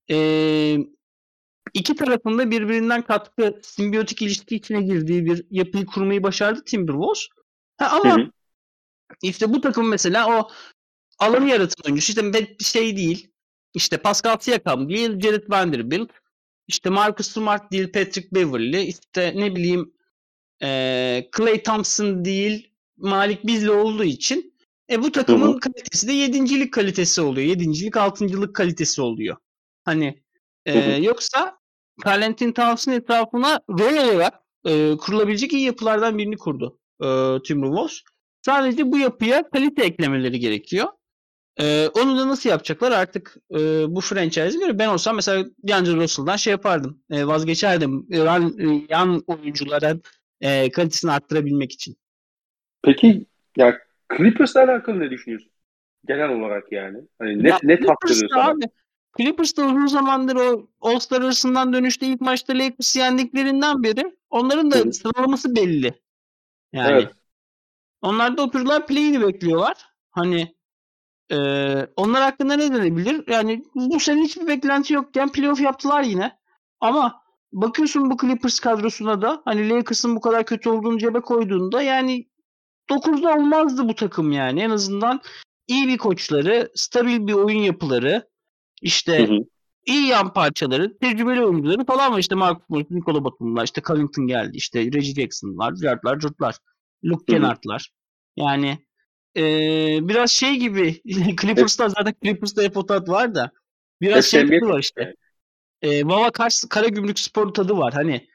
iki tarafında birbirinden katkı, simbiyotik ilişki içine girdiği bir yapıyı kurmayı başardı Timberwolves. Ama işte bu takım mesela o alanı yaratan oyuncu. İşte bir şey değil. İşte Pascal Siakam değil, Jared Vanderbilt. İşte Marcus Smart değil, Patrick Beverley. İşte ne bileyim Klay Thompson değil, Malik Beasley olduğu için bu takımın kalitesi de 7.lik kalitesi oluyor. 7.lik, 6.lık kalitesi oluyor. Hani yoksa Karl Anthony Towns'ın etrafına rol olarak kurulabilecek iyi yapılardan birini kurdu Timberwolves. Sadece bu yapıya kalite eklemeleri gerekiyor. Onu da nasıl yapacaklar artık bu franchise'e göre. Ben olsam mesela D'Angelo Russell'dan şey yapardım. Vazgeçerdim. Yan oyuncuların kalitesini arttırabilmek için. Peki ya Clippers'la alakalı ne düşünüyorsun? Genel olarak yani. Hani ne taktırıyor sana? Abi, Clippers'ta uzun zamandır o All-Star arasından dönüşte ilk maçta Lakers'ı yendiklerinden beri onların da sıralaması belli. Yani. Evet. Onlar da oturdular play'ini bekliyorlar. Hani onlar hakkında ne denebilir? Yani bu sene hiçbir beklenti yokken playoff yaptılar yine. Ama bakıyorsun bu Clippers kadrosuna da hani Lakers'ın bu kadar kötü olduğunu cebe koyduğunda yani 9'da olmazdı bu takım yani. En azından iyi bir koçları, stabil bir oyun yapıları, işte iyi yan parçaları, tecrübeli oyuncuları falan var. İşte Marcus Morris, Nikola Batum'lar, işte Covington geldi, işte Reggie Jackson'lar, Yardlar, Jurtlar, Luke Kennard'lar. Yani biraz şey gibi Clippers'ta zaten Clippers'ta hep o tat var da biraz şey tadı var işte. Vava Karagümrük Spor tadı var. Hani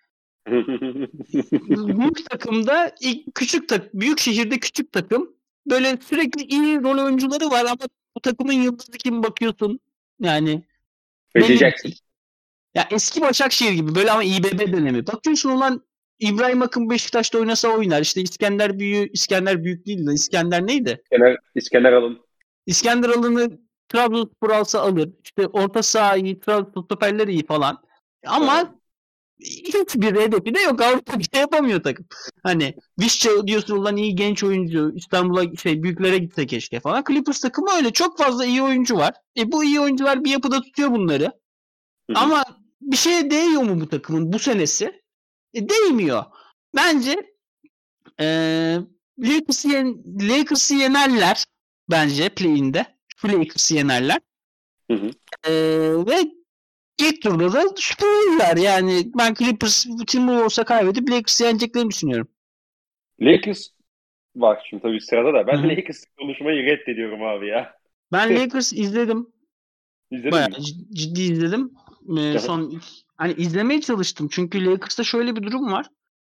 büyük takımda büyük şehirde küçük takım böyle sürekli iyi rol oyuncuları var ama bu takımın yıldızı kim bakıyorsun? Yani Reggie Jackson. Ya eski Başakşehir gibi böyle ama İBB dönemi. Bakıyorsun ulan İbrahim Akın Beşiktaş'ta oynasa oynar. İşte İskender Büyük değil de İskender neydi? İskender Alın. İskender Alın'ı Trabzonspor alsa alır. İşte orta saha iyi, stoperler iyi falan. Ama hiçbir hedefi de yok. Avrupa bir şey yapamıyor takım. Hani Vişça diyorsun ulan iyi genç oyuncu. İstanbul'a büyüklere gitse keşke falan. Clippers takımı öyle. Çok fazla iyi oyuncu var. Bu iyi oyuncular bir yapıda tutuyor bunları. Ama bir şeye değiyor mu bu takımın bu senesi? Değmiyor. Bence Lakers'ı yenerler bence play-in'de. Şu Lakers'ı yenerler. Ve ilk turda da süpürürler. Yani ben Clippers Timberwolves'a kaybedip Lakers'ı yeneceklerini düşünüyorum. Lakers var şimdi tabii sırada da. Ben Lakers konuşmayı reddediyorum abi ya. Ben Lakers izledim. Bayağı ciddi izledim. Hani izlemeye çalıştım. Çünkü Lakers'ta şöyle bir durum var.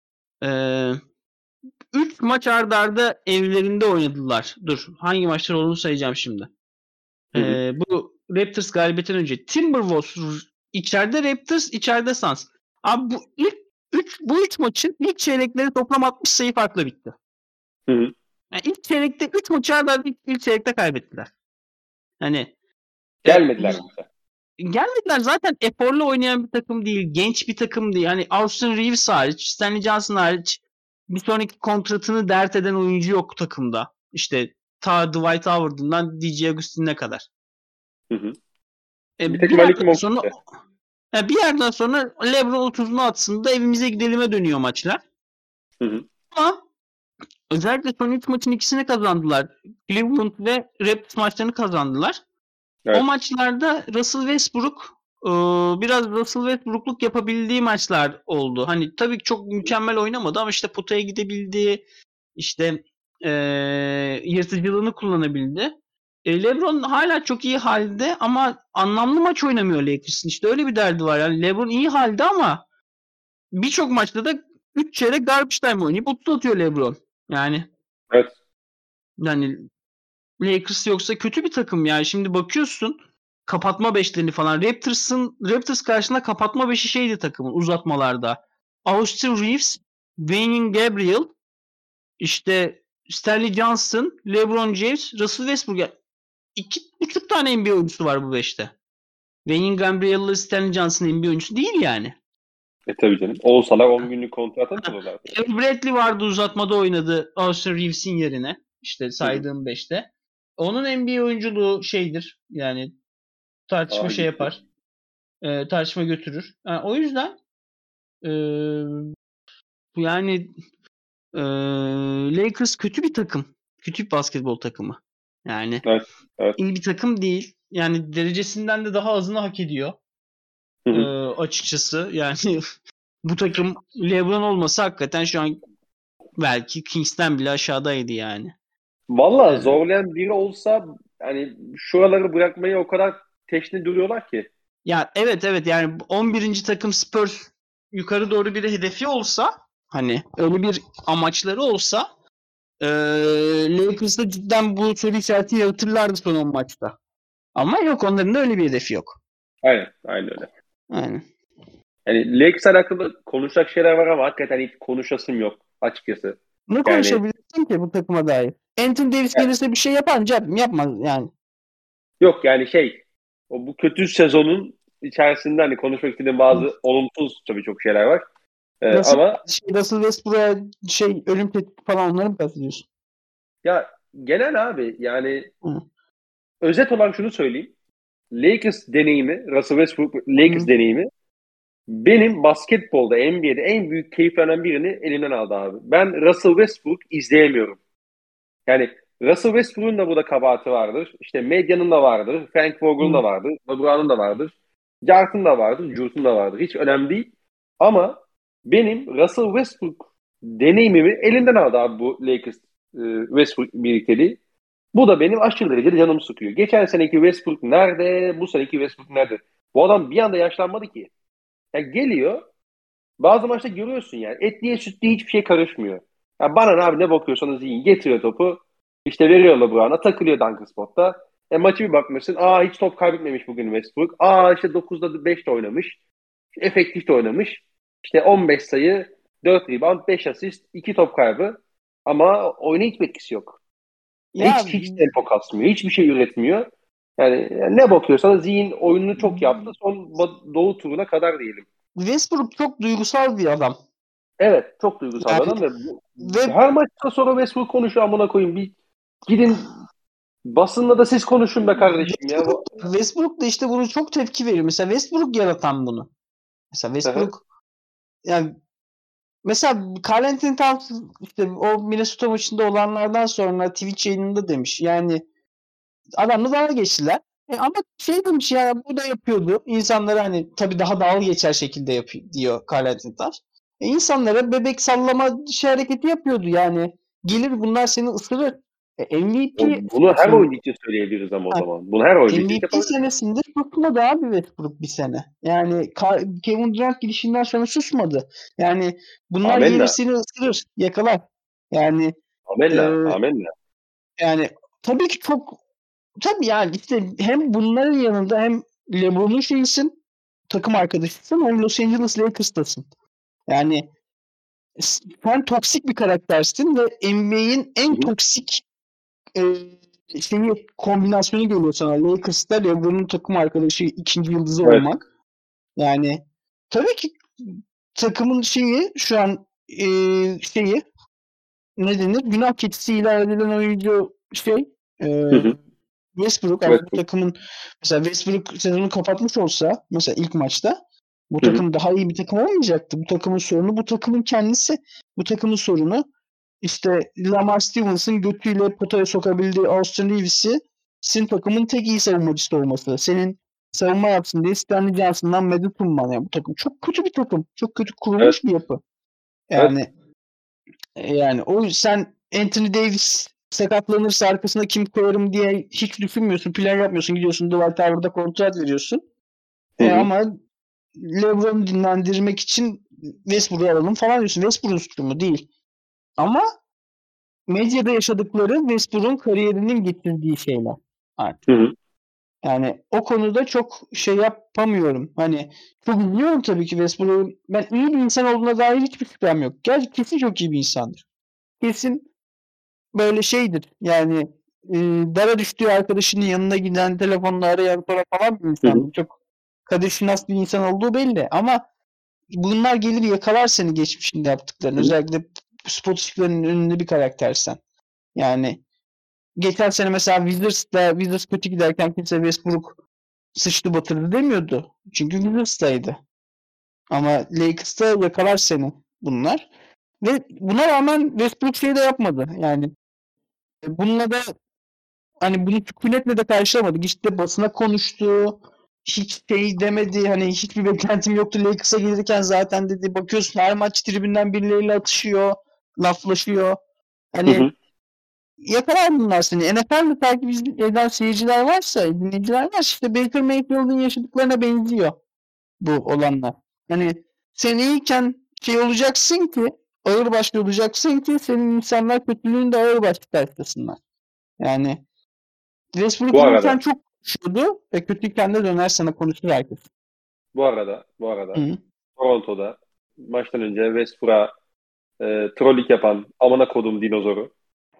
3 maç arda arda evlerinde oynadılar. Dur hangi maçlar olduğunu sayacağım şimdi. Bu Raptors galibiyetinden önce Timberwolves içeride, Raptors içeride Suns. Abi bu üç maçın ilk çeyrekleri toplam 60 sayı farklı bitti. Yani ilk çeyrekte 3 maçı arda arda ilk çeyrekte kaybettiler. Hani gelmediler bize. gelmediler. Zaten eforlu oynayan bir takım değil. Genç bir takım değil. Yani Austin Reeves hariç, Stanley Johnson hariç bir sonraki kontratını dert eden oyuncu yok takımda. İşte ta Dwight Howard'ından DJ Augustin'e kadar. Hı. Bir yerden sonra bir yerden sonra LeBron 30'unu atsın da evimize gidelime dönüyor maçlar. Hı. Ama özellikle son 3 maçın ikisini kazandılar. Cleveland ve Raptors maçlarını kazandılar. Evet. O maçlarda Russell Westbrook biraz Russell Westbrook'luk yapabildiği maçlar oldu. Hani tabii ki çok mükemmel oynamadı ama işte potaya gidebildi. İşte yırtıcılığını kullanabildi. LeBron hala çok iyi halde ama anlamlı maç oynamıyor Lakers'ın. İşte öyle bir derdi var. Yani LeBron iyi halde ama birçok maçta da 3 çeyrek garbage time oynayıp 30 atıyor LeBron. Yani evet. Yani Lakers yoksa kötü bir takım yani. Şimdi bakıyorsun kapatma beşlerini falan. Raptors karşısında kapatma beşi şeydi takımın uzatmalarda. Austin Reeves, Wayne Gabriel, işte Stanley Johnson, LeBron James, Russell Westbrook. 2,5 tane NBA oyuncusu var bu beşte. Wayne Gabriel'la Stanley Johnson NBA oyuncusu değil yani. Tabii canım. Olsalar 10 günlük kontrat alırlar. Bradley vardı uzatmada oynadı Austin Reeves'in yerine. İşte saydığım 5'te. Onun NBA oyunculuğu şeydir. Yani tartışma yapar. Tartışma götürür. Yani o yüzden yani Lakers kötü bir takım. Kötü bir basketbol takımı. Yani evet. iyi bir takım değil. Yani derecesinden de daha azını hak ediyor. Açıkçası. Yani bu takım LeBron olmasa hakikaten şu an belki Kings'ten bile aşağıdaydı yani. Vallahi zorlayan biri olsa hani şuraları bırakmayı o kadar teşne duruyorlar ki. Ya evet yani 11. takım Spurs yukarı doğru bir hedefi olsa hani öyle bir amaçları olsa Lakers'da cidden bu soru işareti yaratırlardı son 10 maçta. Ama yok onların da öyle bir hedefi yok. Aynen öyle. Aynen. Yani Lakers alakalı konuşacak şeyler var ama hakikaten hiç konuşasım yok açıkçası. Ne konuşabilirsin ki bu takıma dair? Anthony Davis gelirse bir şey yapmaz yani. Yok yani bu kötü sezonun içerisinde hani konuşmak istediğim bazı olumsuz tabii çok şeyler var. Ama Russell Westbrook'a ölüm tehdidi falan onları mı kastediyorsun? Ya genel abi yani özet olarak şunu söyleyeyim. Lakers deneyimi, Russell Westbrook Lakers deneyimi benim basketbolda, NBA'de en büyük keyif veren birini elimden aldı abi. Ben Russell Westbrook izleyemiyorum. Yani Russell Westbrook'un da burada kabahati vardır. İşte medyanın da vardır. Frank Vogel'un da vardır. LeBron'un da vardır. Jart'ın da vardır. Jurt'un da vardır. Hiç önemli değil. Ama benim Russell Westbrook deneyimimi elinden aldı abi bu Lakers Westbrook birlikteliği. Bu da benim aşırı derecede canımı sıkıyor. Geçen seneki Westbrook nerede? Bu seneki Westbrook nerede? Bu adam bir anda yaşlanmadı ki. Yani geliyor. Bazı maçta görüyorsun yani. Etliye sütlüye hiçbir şey karışmıyor. Ya bana abi ne bakıyorsanız yiyin. Getiriyor topu. İşte veriyor LeBron'a. Takılıyor dunk spot'ta. Maçı bir bakmışsın. Hiç top kaybetmemiş bugün Westbrook. İşte 9'da 5 de oynamış. Efektif de oynamış. İşte 15 sayı, 4 rebound, 5 asist, 2 top kaybı. Ama oyuna hiçbir etkisi yok. Hiç tempo kasmıyor. Hiçbir şey üretmiyor. Yani ne bakıyorsanız zihin oyununu çok yaptı. Son doğu turuna kadar diyelim. Westbrook çok duygusal bir adam. Evet, çok duygusal bir adam ve her maçta sonra Westbrook konuşuyor amına koyayım. Bir gidin basınla da siz konuşun be kardeşim ya. Westbrook da işte bunu çok tepki veriyor. Mesela Westbrook yaratan bunu. Mesela Westbrook yani mesela Karl Anthony Towns işte o Minnesota maçında olanlardan sonra Twitch yayınında demiş. Yani adamla dalga geçtiler. Ama demiş ya bu da yapıyordu. İnsanlara hani tabii daha dalga geçer şekilde yapıyor diyor Karl Anthony Towns. İnsanlara bebek sallama hareketi yapıyordu yani. Gelir bunlar seni ısırır. MVP bunu her oyuncu için söyleyebiliriz ama o zaman. Bunu her oyuncu için MVP senesinde susmadı abi Westbrook bir sene. Yani Kevin Durant gidişinden sonra susmadı. Yani bunlar gelir seni ısırır, yakalar. Yani Amenna. Yani tabii ki tabii yani işte hem bunların yanında hem LeBron'un şeyisin, takım arkadaşısın hem Los Angeles Lakers'tasın. Yani sen toksik bir karaktersin ve NBA'in en toksik kombinasyonu geliyor sana. Lakers'ta LeBron'un takım arkadaşı ikinci yıldızı olmak. Yani tabii ki takımın şu an ne denir? Günah keçisi ilan edilen oyuncu Westbrook. Ama bu takımın mesela Westbrook sezonu kapatmış olsa mesela ilk maçta bu takım daha iyi bir takım olmayacaktı. Bu takımın sorunu bu takımın kendisi. Bu takımın sorunu işte Lamar Stevens'ın götüyle potaya sokabildiği Austin Reeves'in takımın tek iyi savunmacısı olması. Senin savunma yapsın diye Stanley Johnson'dan medet umman. Yani bu takım çok kötü bir takım. Çok kötü kurulmuş bir yapı. Yani o yüzden Anthony Davis sakatlanırsa arkasına kim koyarım diye hiç düşünmüyorsun. Plan yapmıyorsun. Gidiyorsun Dwight Howard'a kontrat veriyorsun. Ama LeBron'u dinlendirmek için Westbrook'u alalım falan diyorsun. Westbrook'un suçu mu? Değil. Ama medyada yaşadıkları Westbrook'un kariyerinin getirdiği şeyler artık. Yani o konuda çok yapamıyorum. Hani çok biliyorum tabii ki Westbrook'un ben iyi bir insan olduğuna dair hiçbir şüphem yok. Kesin çok iyi bir insandır. Kesin böyle şeydir. Yani dara düştüğü arkadaşının yanına giden telefonla arayan falan bir insandır. Çok kaderşinas bir insan olduğu belli. Ama bunlar gelir yakalar seni geçmişinde yaptıklarını. Özellikle spot ışıklarının önünde bir karaktersen. Yani geçen sene mesela Wizards kötü giderken kimse Westbrook sıçtı batırdı demiyordu. Çünkü Wizards'taydı. Ama Lakers'ta yakalar seni bunlar. Ve buna rağmen Westbrook de yapmadı. Yani bununla da hani bunu sükunetle de karşılamadı. İşte basına konuştu. Hiç demedi. Hani hiçbir beklentim yoktu. Lakers'a gelirken zaten dedi. Bakıyorsun her maç tribünden birileriyle atışıyor. Laflaşıyor. Hani yakalar bunlar seni. NFL'de takip eden seyirciler varsa, dinleyiciler varsa işte Baker Mayfield'ın yaşadıklarına benziyor bu olanlar. Hani sen iyiyken olacaksın ki ağırbaşlı olacaksın ki senin insanlar kötülüğünü de ağırbaşlı karşılasınlar. Yani Westbrook iyiyken çok konuşuyordu ve kötüyken de döner sana konuşur herkes. Bu arada Toronto'da maçtan önce Westbrook'a trollük yapan amına kodum dinozoru.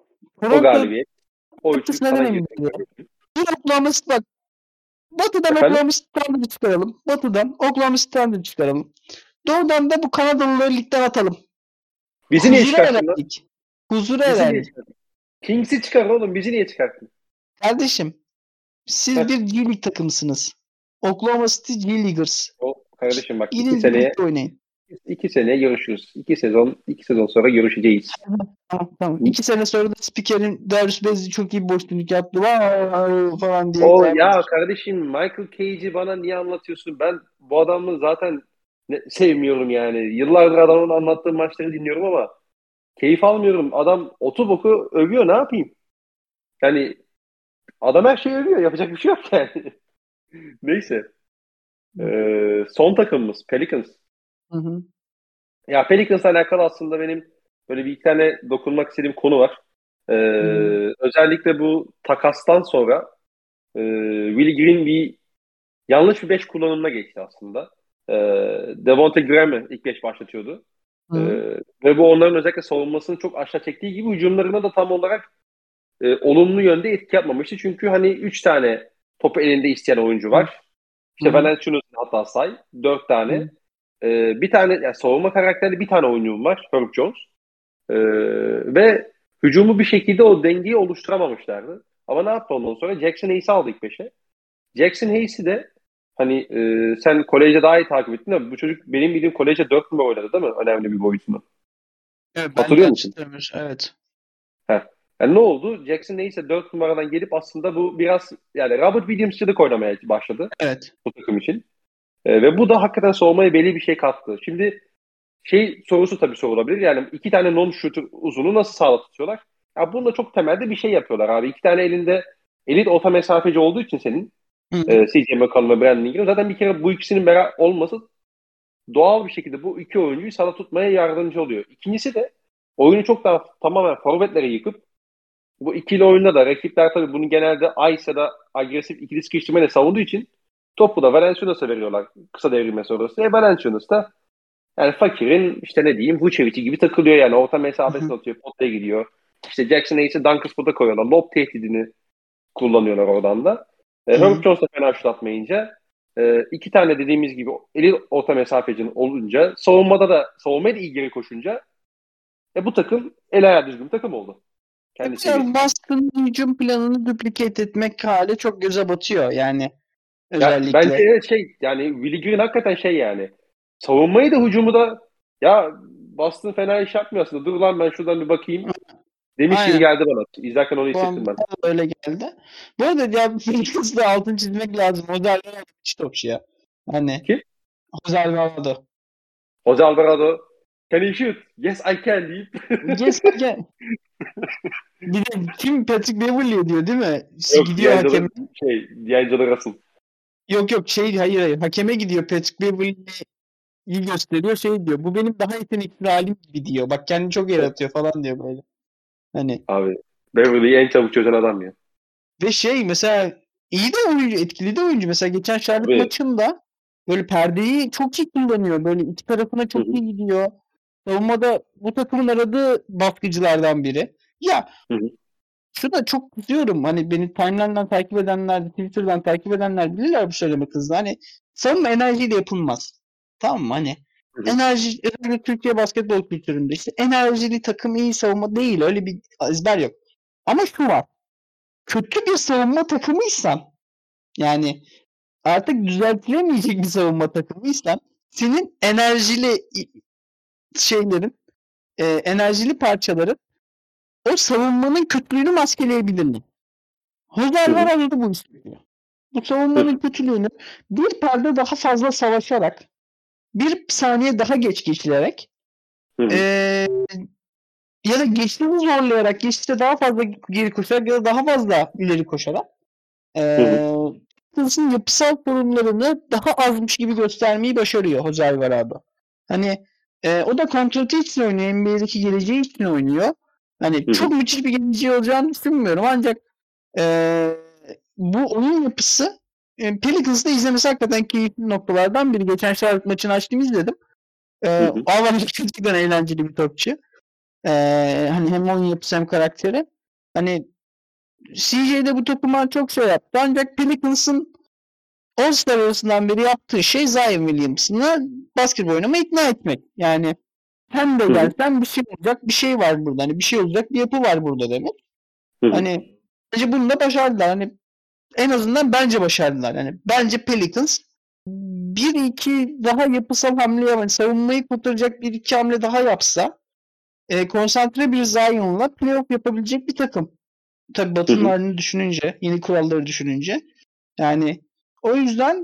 O galibiyet. O üçlük sana girdi. Bir Oklahoma bak. Batı'dan Oklahoma Standard'ı çıkaralım. Batı'dan Oklahoma Standard'ı çıkaralım. Doğudan da bu Kanadalıları ligden atalım. Bizi niye çıkarttın lan? Huzura verdik. Kings'i çıkar oğlum. Bizi niye çıkarttın? Kardeşim siz bir G League takımısınız. Oklahoma City G Leaguers. Kardeşim bak oynayın. 2 seneye görüşürüz. 2 sezon sonra görüşeceğiz. Tamam. 2 sene sonra da spikerin Darius Bezzi çok iyi boşluk yaptı falan diye. Ya kardeşim Michael Cage'i bana niye anlatıyorsun? Ben bu adamı zaten sevmiyorum yani. Yıllardır adamın anlattığı maçları dinliyorum ama keyif almıyorum. Adam otu boku övüyor, ne yapayım? Yani adam her şeyi övüyor. Yapacak bir şey yok yani. Neyse. Son takımımız Pelicans. Ya Pelicans'la alakalı aslında benim böyle bir iki tane dokunmak istediğim konu var. Özellikle bu takastan sonra Willie Green yanlış bir 5 kullanımına geçti aslında. Devonte Graham'ı ilk 5 başlatıyordu. Ve bu onların özellikle savunmasını çok aşağı çektiği gibi hücumlarına da tam olarak olumlu yönde etki yapmamıştı. Çünkü hani 3 tane topu elinde isteyen oyuncu var. İşte Valanciunas'ın hatta say 4 tane. Bir tane yani savunma karakterli bir tane oyuncum var. Herb Jones. Ve hücumu bir şekilde o dengeyi oluşturamamışlardı. Ama ne yaptı ondan sonra? Jackson Hayes'i aldı ilk 5'e. Jackson Hayes'i de hani sen kolejde daha iyi takip ettin ama bu çocuk benim bildiğim kolejde 4 numara oynadı değil mi? Önemli bir boyutunu. Evet, hatırlıyor musun? Evet. Yani ne oldu? Jackson Hayes'e 4 numaradan gelip aslında bu biraz yani Robert Williams'çılık oynamaya başladı. Evet. Bu takım için. Ve bu da hakikaten savunmaya belli bir şey kattı. Şimdi sorusu tabii sorulabilir. Yani 2 tane non-shooter uzunu nasıl sağda tutuyorlar? Ya bunda çok temelde bir şey yapıyorlar abi. 2 tane elinde elit orta mesafeci olduğu için senin CJ McCollum ve Brandon Ingram. Zaten bir kere bu ikisinin beraber olması doğal bir şekilde bu iki oyuncuyu sahada tutmaya yardımcı oluyor. İkincisi de oyunu çok daha tamamen forvetlere yıkıp bu ikili oyunda da rakipler tabii bunu genelde ice ya da agresif ikili sıkıştırmayla savunduğu için topu da Valanciunas'a veriyorlar kısa devrilme sonrası. Valanciunas da yani fakirin işte ne diyeyim Vucevic'i gibi takılıyor yani orta mesafesini atıyor, potaya gidiyor. İşte Jackson Hayes'i Dunker spot'a koyuyorlar. Lob tehdidini kullanıyorlar oradan da. Herb Jones da fena şut atmayınca 2 tane dediğimiz gibi eli orta mesafecinin olunca savunmaya da iyi geri koşunca bu takım el ayağı düzgün bir takım oldu. Biraz Boston'ın hücum planını duplicate etmek hali çok göze batıyor yani özellikle. Bence yani Willie Green hakikaten yani savunmayı da hücumu da ya Boston fena iş yapmıyor aslında. Dur lan ben şuradan bir bakayım. Demiş gibi geldi bana. İzlerken onu hissettim ben. Öyle geldi. Bu arada ya Phoenix'de altın çizmek lazım. Jose Alvarado hiç topçu ya. Hani kim? Jose Alvarado. Jose Alvarado can you shoot? Yes I can deyip. Yes I can. Bir de kim Patrick Beverley diyor değil mi? Yok, gidiyor hakeme. D'Angelo Russell. Yok hayır. Hakeme gidiyor Patrick Beverley'i gösteriyor diyor. Bu benim daha yetenekli halim gibi diyor. Bak kendini çok yaratıyor falan diyor böyle. Hani. Abi Beverley'i en çabuk çözen adam ya. Ve mesela iyi de oyuncu, etkili de oyuncu. Mesela geçen Charlotte maçında böyle perdeyi çok iyi kullanıyor. Böyle iki tarafına çok iyi gidiyor. Savunmada bu takımın aradığı baskıcılardan biri. Ya şu da çok kızıyorum. Hani beni timeline'dan takip edenler, Twitter'dan takip edenler bilirler bu söyleme kızla. Hani savunma enerjiyle yapılmaz. Tamam mı? Hani enerji, özellikle Türkiye basketbol kültüründe işte enerjili takım iyi savunma değil. Öyle bir ezber yok. Ama şu var. Kötü bir savunma takımıysan yani artık düzeltilemeyecek bir savunma takımıysan senin enerjili enerjili parçaların o savunmanın kötülüğünü maskeleyebilirler. Jose Alvarado da bu istiyor. Bu savunmanın kötülüğünü bir perde daha fazla savaşarak bir saniye daha geç geçirerek ya da geçtiğini zorlayarak geçişte daha fazla geri koşarak ya da daha fazla ileri koşarak Kıbrıs'ın yapısal sorunlarını daha azmış gibi göstermeyi başarıyor Jose Alvarado. Hani o da kontratı için oynuyor. NBA'deki geleceği için oynuyor. Hani çok müthiş bir geleceği olacağını düşünmüyorum. Ancak bu oyun yapısı Pelicans'da izlemesi hakikaten keyifli noktalardan biri. Geçen Charlotte maçını açtım izledim. Alvarado gerçekten eğlenceli bir topçu. Hani hem oyun yapısı hem karakteri. Hani CJ'de bu takıma çok yaptı. Ancak Pelicans'ın All-Star arasından beri yaptığı şey Zion Williamson'ı basketbol oynamaya ikna etmek. Yani hem de gelsen bir şey olacak, bir şey var burada. Hani bir şey olacak, bir yapı var burada demek. Hani bence bunu da başardılar. Hani en azından bence başardılar. Yani bence Pelicans bir iki daha yapısal hamle yani savunmayı kurtaracak bir iki hamle daha yapsa konsantre bir Zion'la playoff yapabilecek bir takım. Tabii Batı'nın halini düşününce, yeni kuralları düşününce. Yani o yüzden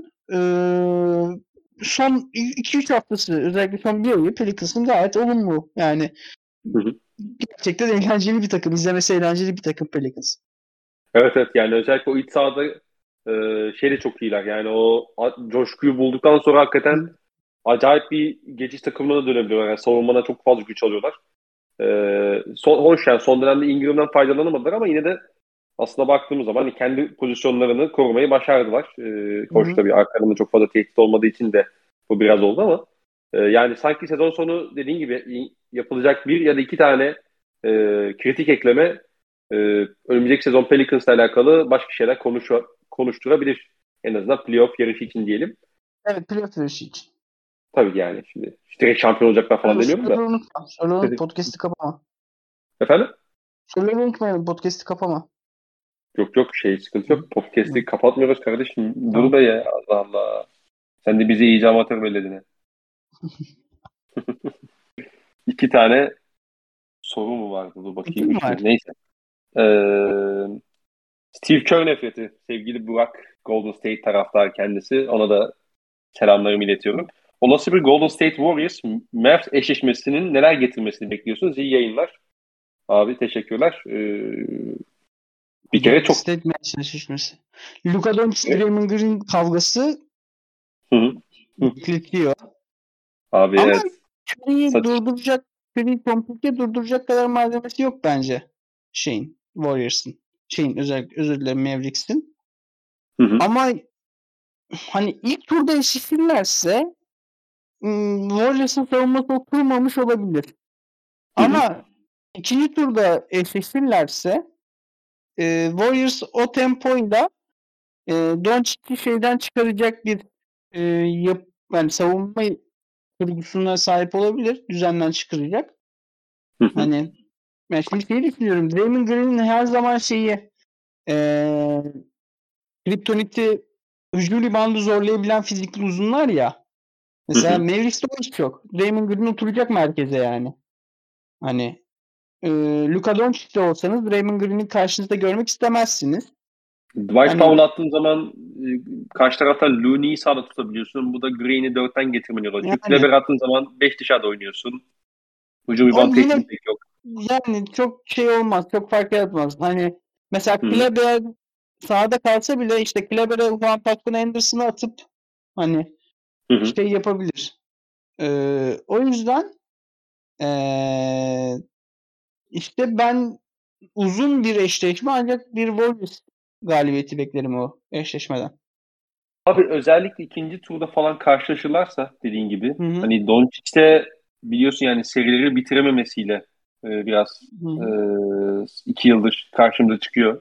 son 2-3 haftası özellikle son bir ayı Pelicans'ın gayet olumlu. Yani gerçekten eğlenceli bir takım. İzlemesi eğlenceli bir takım Pelicans. Evet yani özellikle o iç sahada de çok iyiler. Yani o coşkuyu bulduktan sonra hakikaten acayip bir geçiş takımına da dönebiliyorlar. Yani savunmana çok fazla güç alıyorlar. Hoş yani son dönemde Ingram'dan faydalanamadılar ama yine de aslında baktığımız zaman kendi pozisyonlarını korumayı başardılar. Koç tabii arkalarında çok fazla tehdit olmadığı için de bu biraz oldu ama yani sanki sezon sonu dediğin gibi yapılacak bir ya da iki tane kritik ekleme önümüzdeki sezon Pelicans'la alakalı başka şeyler konuşturabilir. En azından playoff yarışı için diyelim. Evet, playoff yarışı için. Tabii yani şimdi direkt şampiyon olacaklar falan demiyorum da. Soruları podcast'i kapama. Efendim? Soruları unutmayalım, podcast'i kapama. Yok sıkıntı yok. Podcast'i kapatmıyoruz kardeşim. Dur be ya Allah Allah. Sen de bizi iyice amatör belledin. 2 tane soru mu vardı? Dur bakayım. Neyse. Steve Kerr nefreti. Sevgili Burak, Golden State taraftarı kendisi. Ona da selamlarımı iletiyorum. Olası bir Golden State Warriors Mavs eşleşmesinin neler getirmesini bekliyorsunuz? İyi yayınlar. Abi teşekkürler. Bir kere çok... State Mavs eşleşmesi. Luka Doncic, Draymond Green kavgası bekletiyor. Abi ama evet. Curry'i komplike durduracak kadar malzemesi yok bence. Warriors'ın. Özür dilerim Mavericks'in. Ama hani ilk turda eşleşirlerse Warriors'ın savunması oturmamış olabilir. Ama ikinci turda eşleşirlerse Warriors o tempoyla Doncic'i şeyden çıkaracak bir yani savunma kurgusuna sahip olabilir. Düzenden çıkaracak. Hani ben şimdi şeyi düşünüyorum. Draymond Green'in her zaman Kryptonit'i hücum ribandı zorlayabilen fizikli uzunlar ya. Mesela Mavericks'te o iş yok. Draymond Green oturacak merkeze yani. Hani Luka Doncic'te olsanız Draymond Green'i karşınızda görmek istemezsiniz. Dwight Powell attığın zaman karşı taraftan Looney'i sağda tutabiliyorsun. Bu da Green'i 4'ten getirmen yol açıyor. Kleber attığın zaman 5 dışarıda oynuyorsun. Hücum rebound tehdidi pek yok. Yani çok şey olmaz. Çok fark yaratmaz. Hani mesela Kleber sahada kalsa bile işte Kleber'e Juan Toscano Anderson'ı atıp hani şey yapabilir. O yüzden işte ben uzun bir eşleşme ancak bir Warriors galibiyeti beklerim o eşleşmeden. Abi özellikle ikinci turda falan karşılaşırlarsa dediğin gibi hani Doncic'te biliyorsun yani serileri bitirememesiyle biraz 2 yıldır karşımıza çıkıyor.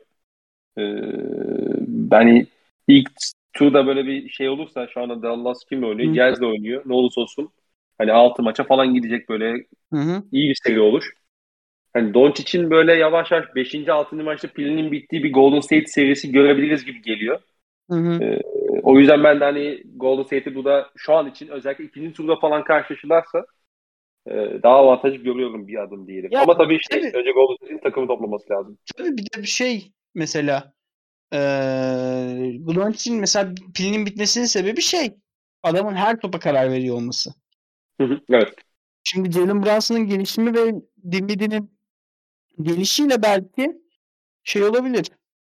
Yani ilk turda böyle bir şey olursa şu anda Dallas kimle oynuyor? Jazz'le oynuyor. Ne olursa olsun hani 6 maça falan gidecek böyle iyi bir seri olur. Hani Doncic'in böyle yavaş yavaş 5. 6. maçta pilinin bittiği bir Golden State serisi görebiliriz gibi geliyor. O yüzden ben de hani Golden State'i bu da şu an için özellikle ikinci turda falan karşılaşırlarsa daha avantajlı görüyorum bir adım diyelim. Ya, ama tabii işte önce Golden State'in takımı toplaması lazım. Tabii bir de bir şey mesela Doncic'in mesela pilinin bitmesinin sebebi adamın her topa karar veriyor olması. Evet. Şimdi Jalen Brunson'ın gelişimi ve Dinwiddie'nin gelişiyle belki olabilir.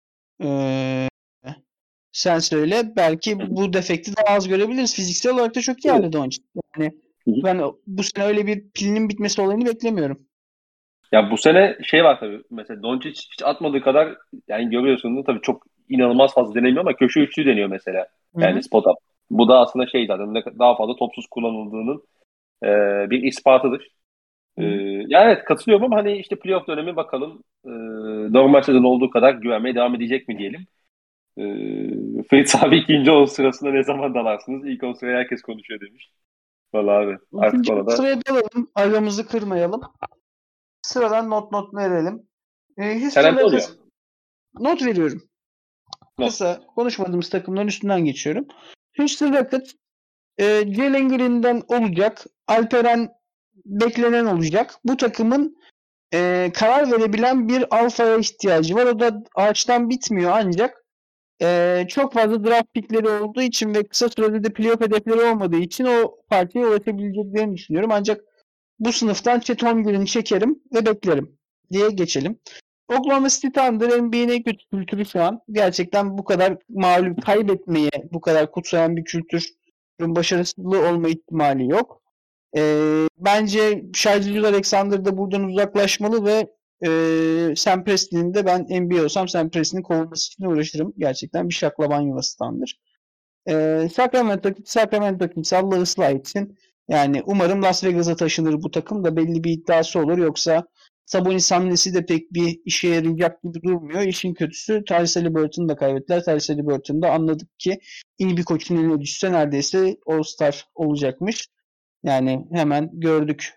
Sen söyle. Belki bu defekti daha az görebiliriz. Fiziksel olarak da çok iyi halde Doncic. Yani ben bu sene öyle bir pilinin bitmesi olayını beklemiyorum. Ya bu sene var tabii. Mesela Doncic hiç atmadığı kadar yani görüyorsunuz tabii çok inanılmaz fazla denemiyor ama köşe üçlü deniyor mesela. Yani spot up. Bu da aslında zaten daha fazla topsuz kullanıldığının bir ispatıdır. Yani evet katılıyorum ama hani işte playoff dönemi bakalım normal sezon olduğu kadar güvenmeye devam edecek mi diyelim. Fritz abi ikinci 10 sırasında ne zaman dalarsınız? İlk 10 sıraya herkes konuşuyor demiş. Vallahi abi artık İkinci ona da. sıraya dalalım. Aramızı kırmayalım. Sıradan not verelim. San Antonio. Not veriyorum. Kısa konuşmadığımız takımların üstünden geçiyorum. Houston Rockets Jalen Green'den olacak. Alperen beklenen olacak. Bu takımın karar verebilen bir alfaya ihtiyacı var. O da ağaçtan bitmiyor ancak çok fazla draft pickleri olduğu için ve kısa sürede de playoff hedefleri olmadığı için o partiye ulaşabileceklerini düşünüyorum. Ancak bu sınıftan Chet Holmgren'i çekerim ve beklerim diye geçelim. Oklahoma City Thunder NBA'nin en kötü kültürü şu an. Gerçekten bu kadar mağlup kaybetmeye bu kadar kutsayan bir kültürün başarısızlığı olma ihtimali yok. Bence Shai Alexander da buradan uzaklaşmalı ve Sam Presti'nin de ben NBA olsam Sam Presti'nin kovulması için uğraşırım. Gerçekten bir şaklaban yuvasıdandır. Sacramento kimse Allah ıslah etsin. Yani umarım Las Vegas'a taşınır bu takım da belli bir iddiası olur. Yoksa Sabonis hamlesi de pek bir işe yarayacak gibi durmuyor. İşin kötüsü Tyrese Haliburton'u da kaybettiler. Tyrese Haliburton'da anladık ki iyi bir koçun eline düşse neredeyse All-Star olacakmış. Yani hemen gördük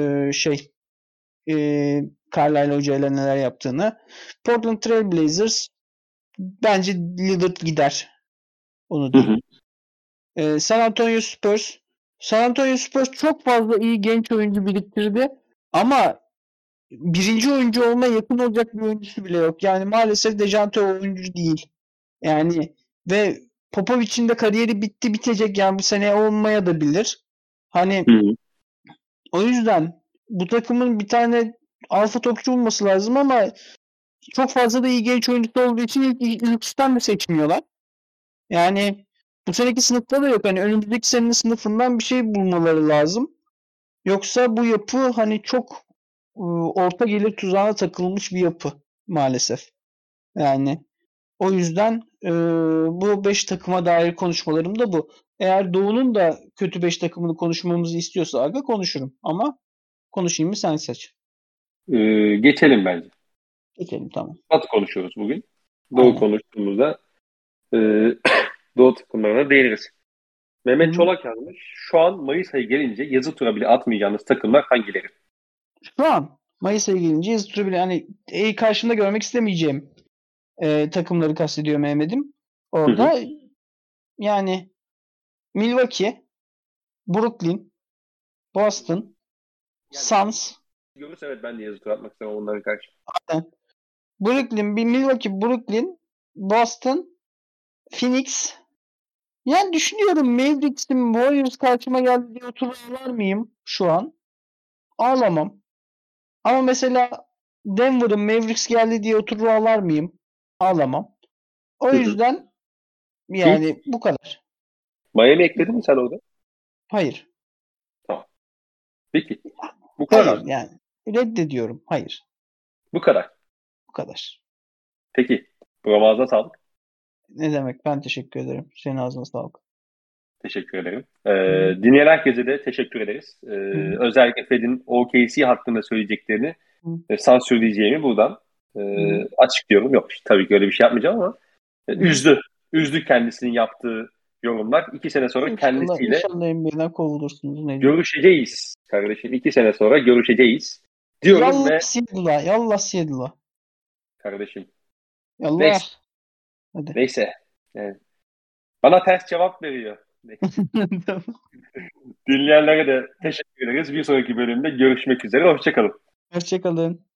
Carlisle Hoca ile neler yaptığını. Portland Trail Blazers bence Lillard gider. Onu diyeyim. San Antonio Spurs. San Antonio Spurs çok fazla iyi genç oyuncu biriktirdi ama birinci oyuncu olmaya yakın olacak bir oyuncusu bile yok. Yani maalesef Dejounte oyuncu değil. Yani ve Popovic'in de kariyeri bitecek yani bu sene olmaya da bilir. Hani o yüzden bu takımın bir tane alfa topçu olması lazım ama çok fazla da iyi genç oyuncusu olduğu için ilk üçten de seçmiyorlar. Yani bu seneki sınıfta da yok. Hani önümüzdeki senenin sınıfından bir şey bulmaları lazım. Yoksa bu yapı hani çok orta gelir tuzağına takılmış bir yapı maalesef. Yani o yüzden bu 5 takıma dair konuşmalarım da bu. Eğer Doğu'nun da kötü 5 takımını konuşmamızı istiyorsa aga konuşurum. Ama konuşayım mı sen seç. Geçelim bence. Geçelim, tamam. Batı konuşuyoruz bugün. Doğu konuştuğumuzda Doğu takımlarına değiniriz. Mehmet Çolak yazmış. Şu an Mayıs ayı gelince yazı tura bile atmayacağınız takımlar hangileri? Şu an Mayıs ayı gelince yazı tura bile hani karşımda görmek istemeyeceğim takımları kastediyor Mehmet'im. Orada yani Milwaukee, Brooklyn, Boston, Suns. Görürse evet ben de yazı tura atmak istemem onlara karşı. Milwaukee, Brooklyn, Boston, Phoenix. Yani düşünüyorum Mavericks'in Warriors karşıma geldi diye oturup ağlar mıyım şu an? Ağlamam. Ama mesela Denver'ın Mavericks geldi diye oturur ağlar mıyım? Ağlamam. O yüzden yani bu kadar. Miami ekledin mi sen orada? Hayır. Tamam. Peki. Bu kadar. Hayır yani. Reddediyorum. Hayır. Bu kadar. Bu kadar. Peki. Buram ağzına sağlık. Ne demek? Ben teşekkür ederim. Senin ağzına sağlık. Teşekkür ederim. Dinleyen herkese de teşekkür ederiz. Özellikle Fed'in OKC hakkında söyleyeceklerini sansürleyeceğimi buradan açıklıyorum. Yok tabii ki öyle bir şey yapmayacağım ama üzdü kendisinin yaptığı yorumlar. 2 sene sonra kendisiyle İnşallah NBA'den kovulursunuz. Görüşeceğiz kardeşim. 2 sene sonra görüşeceğiz diyorum yallah ve Seattle'a. Yallah Seattle'a. kardeşim. Yallah. Hadi. Neyse. Yani, bana ters cevap veriyor. Dinleyenlere de teşekkür ederiz. Bir sonraki bölümde görüşmek üzere. Hoşçakalın. Hoşçakalın.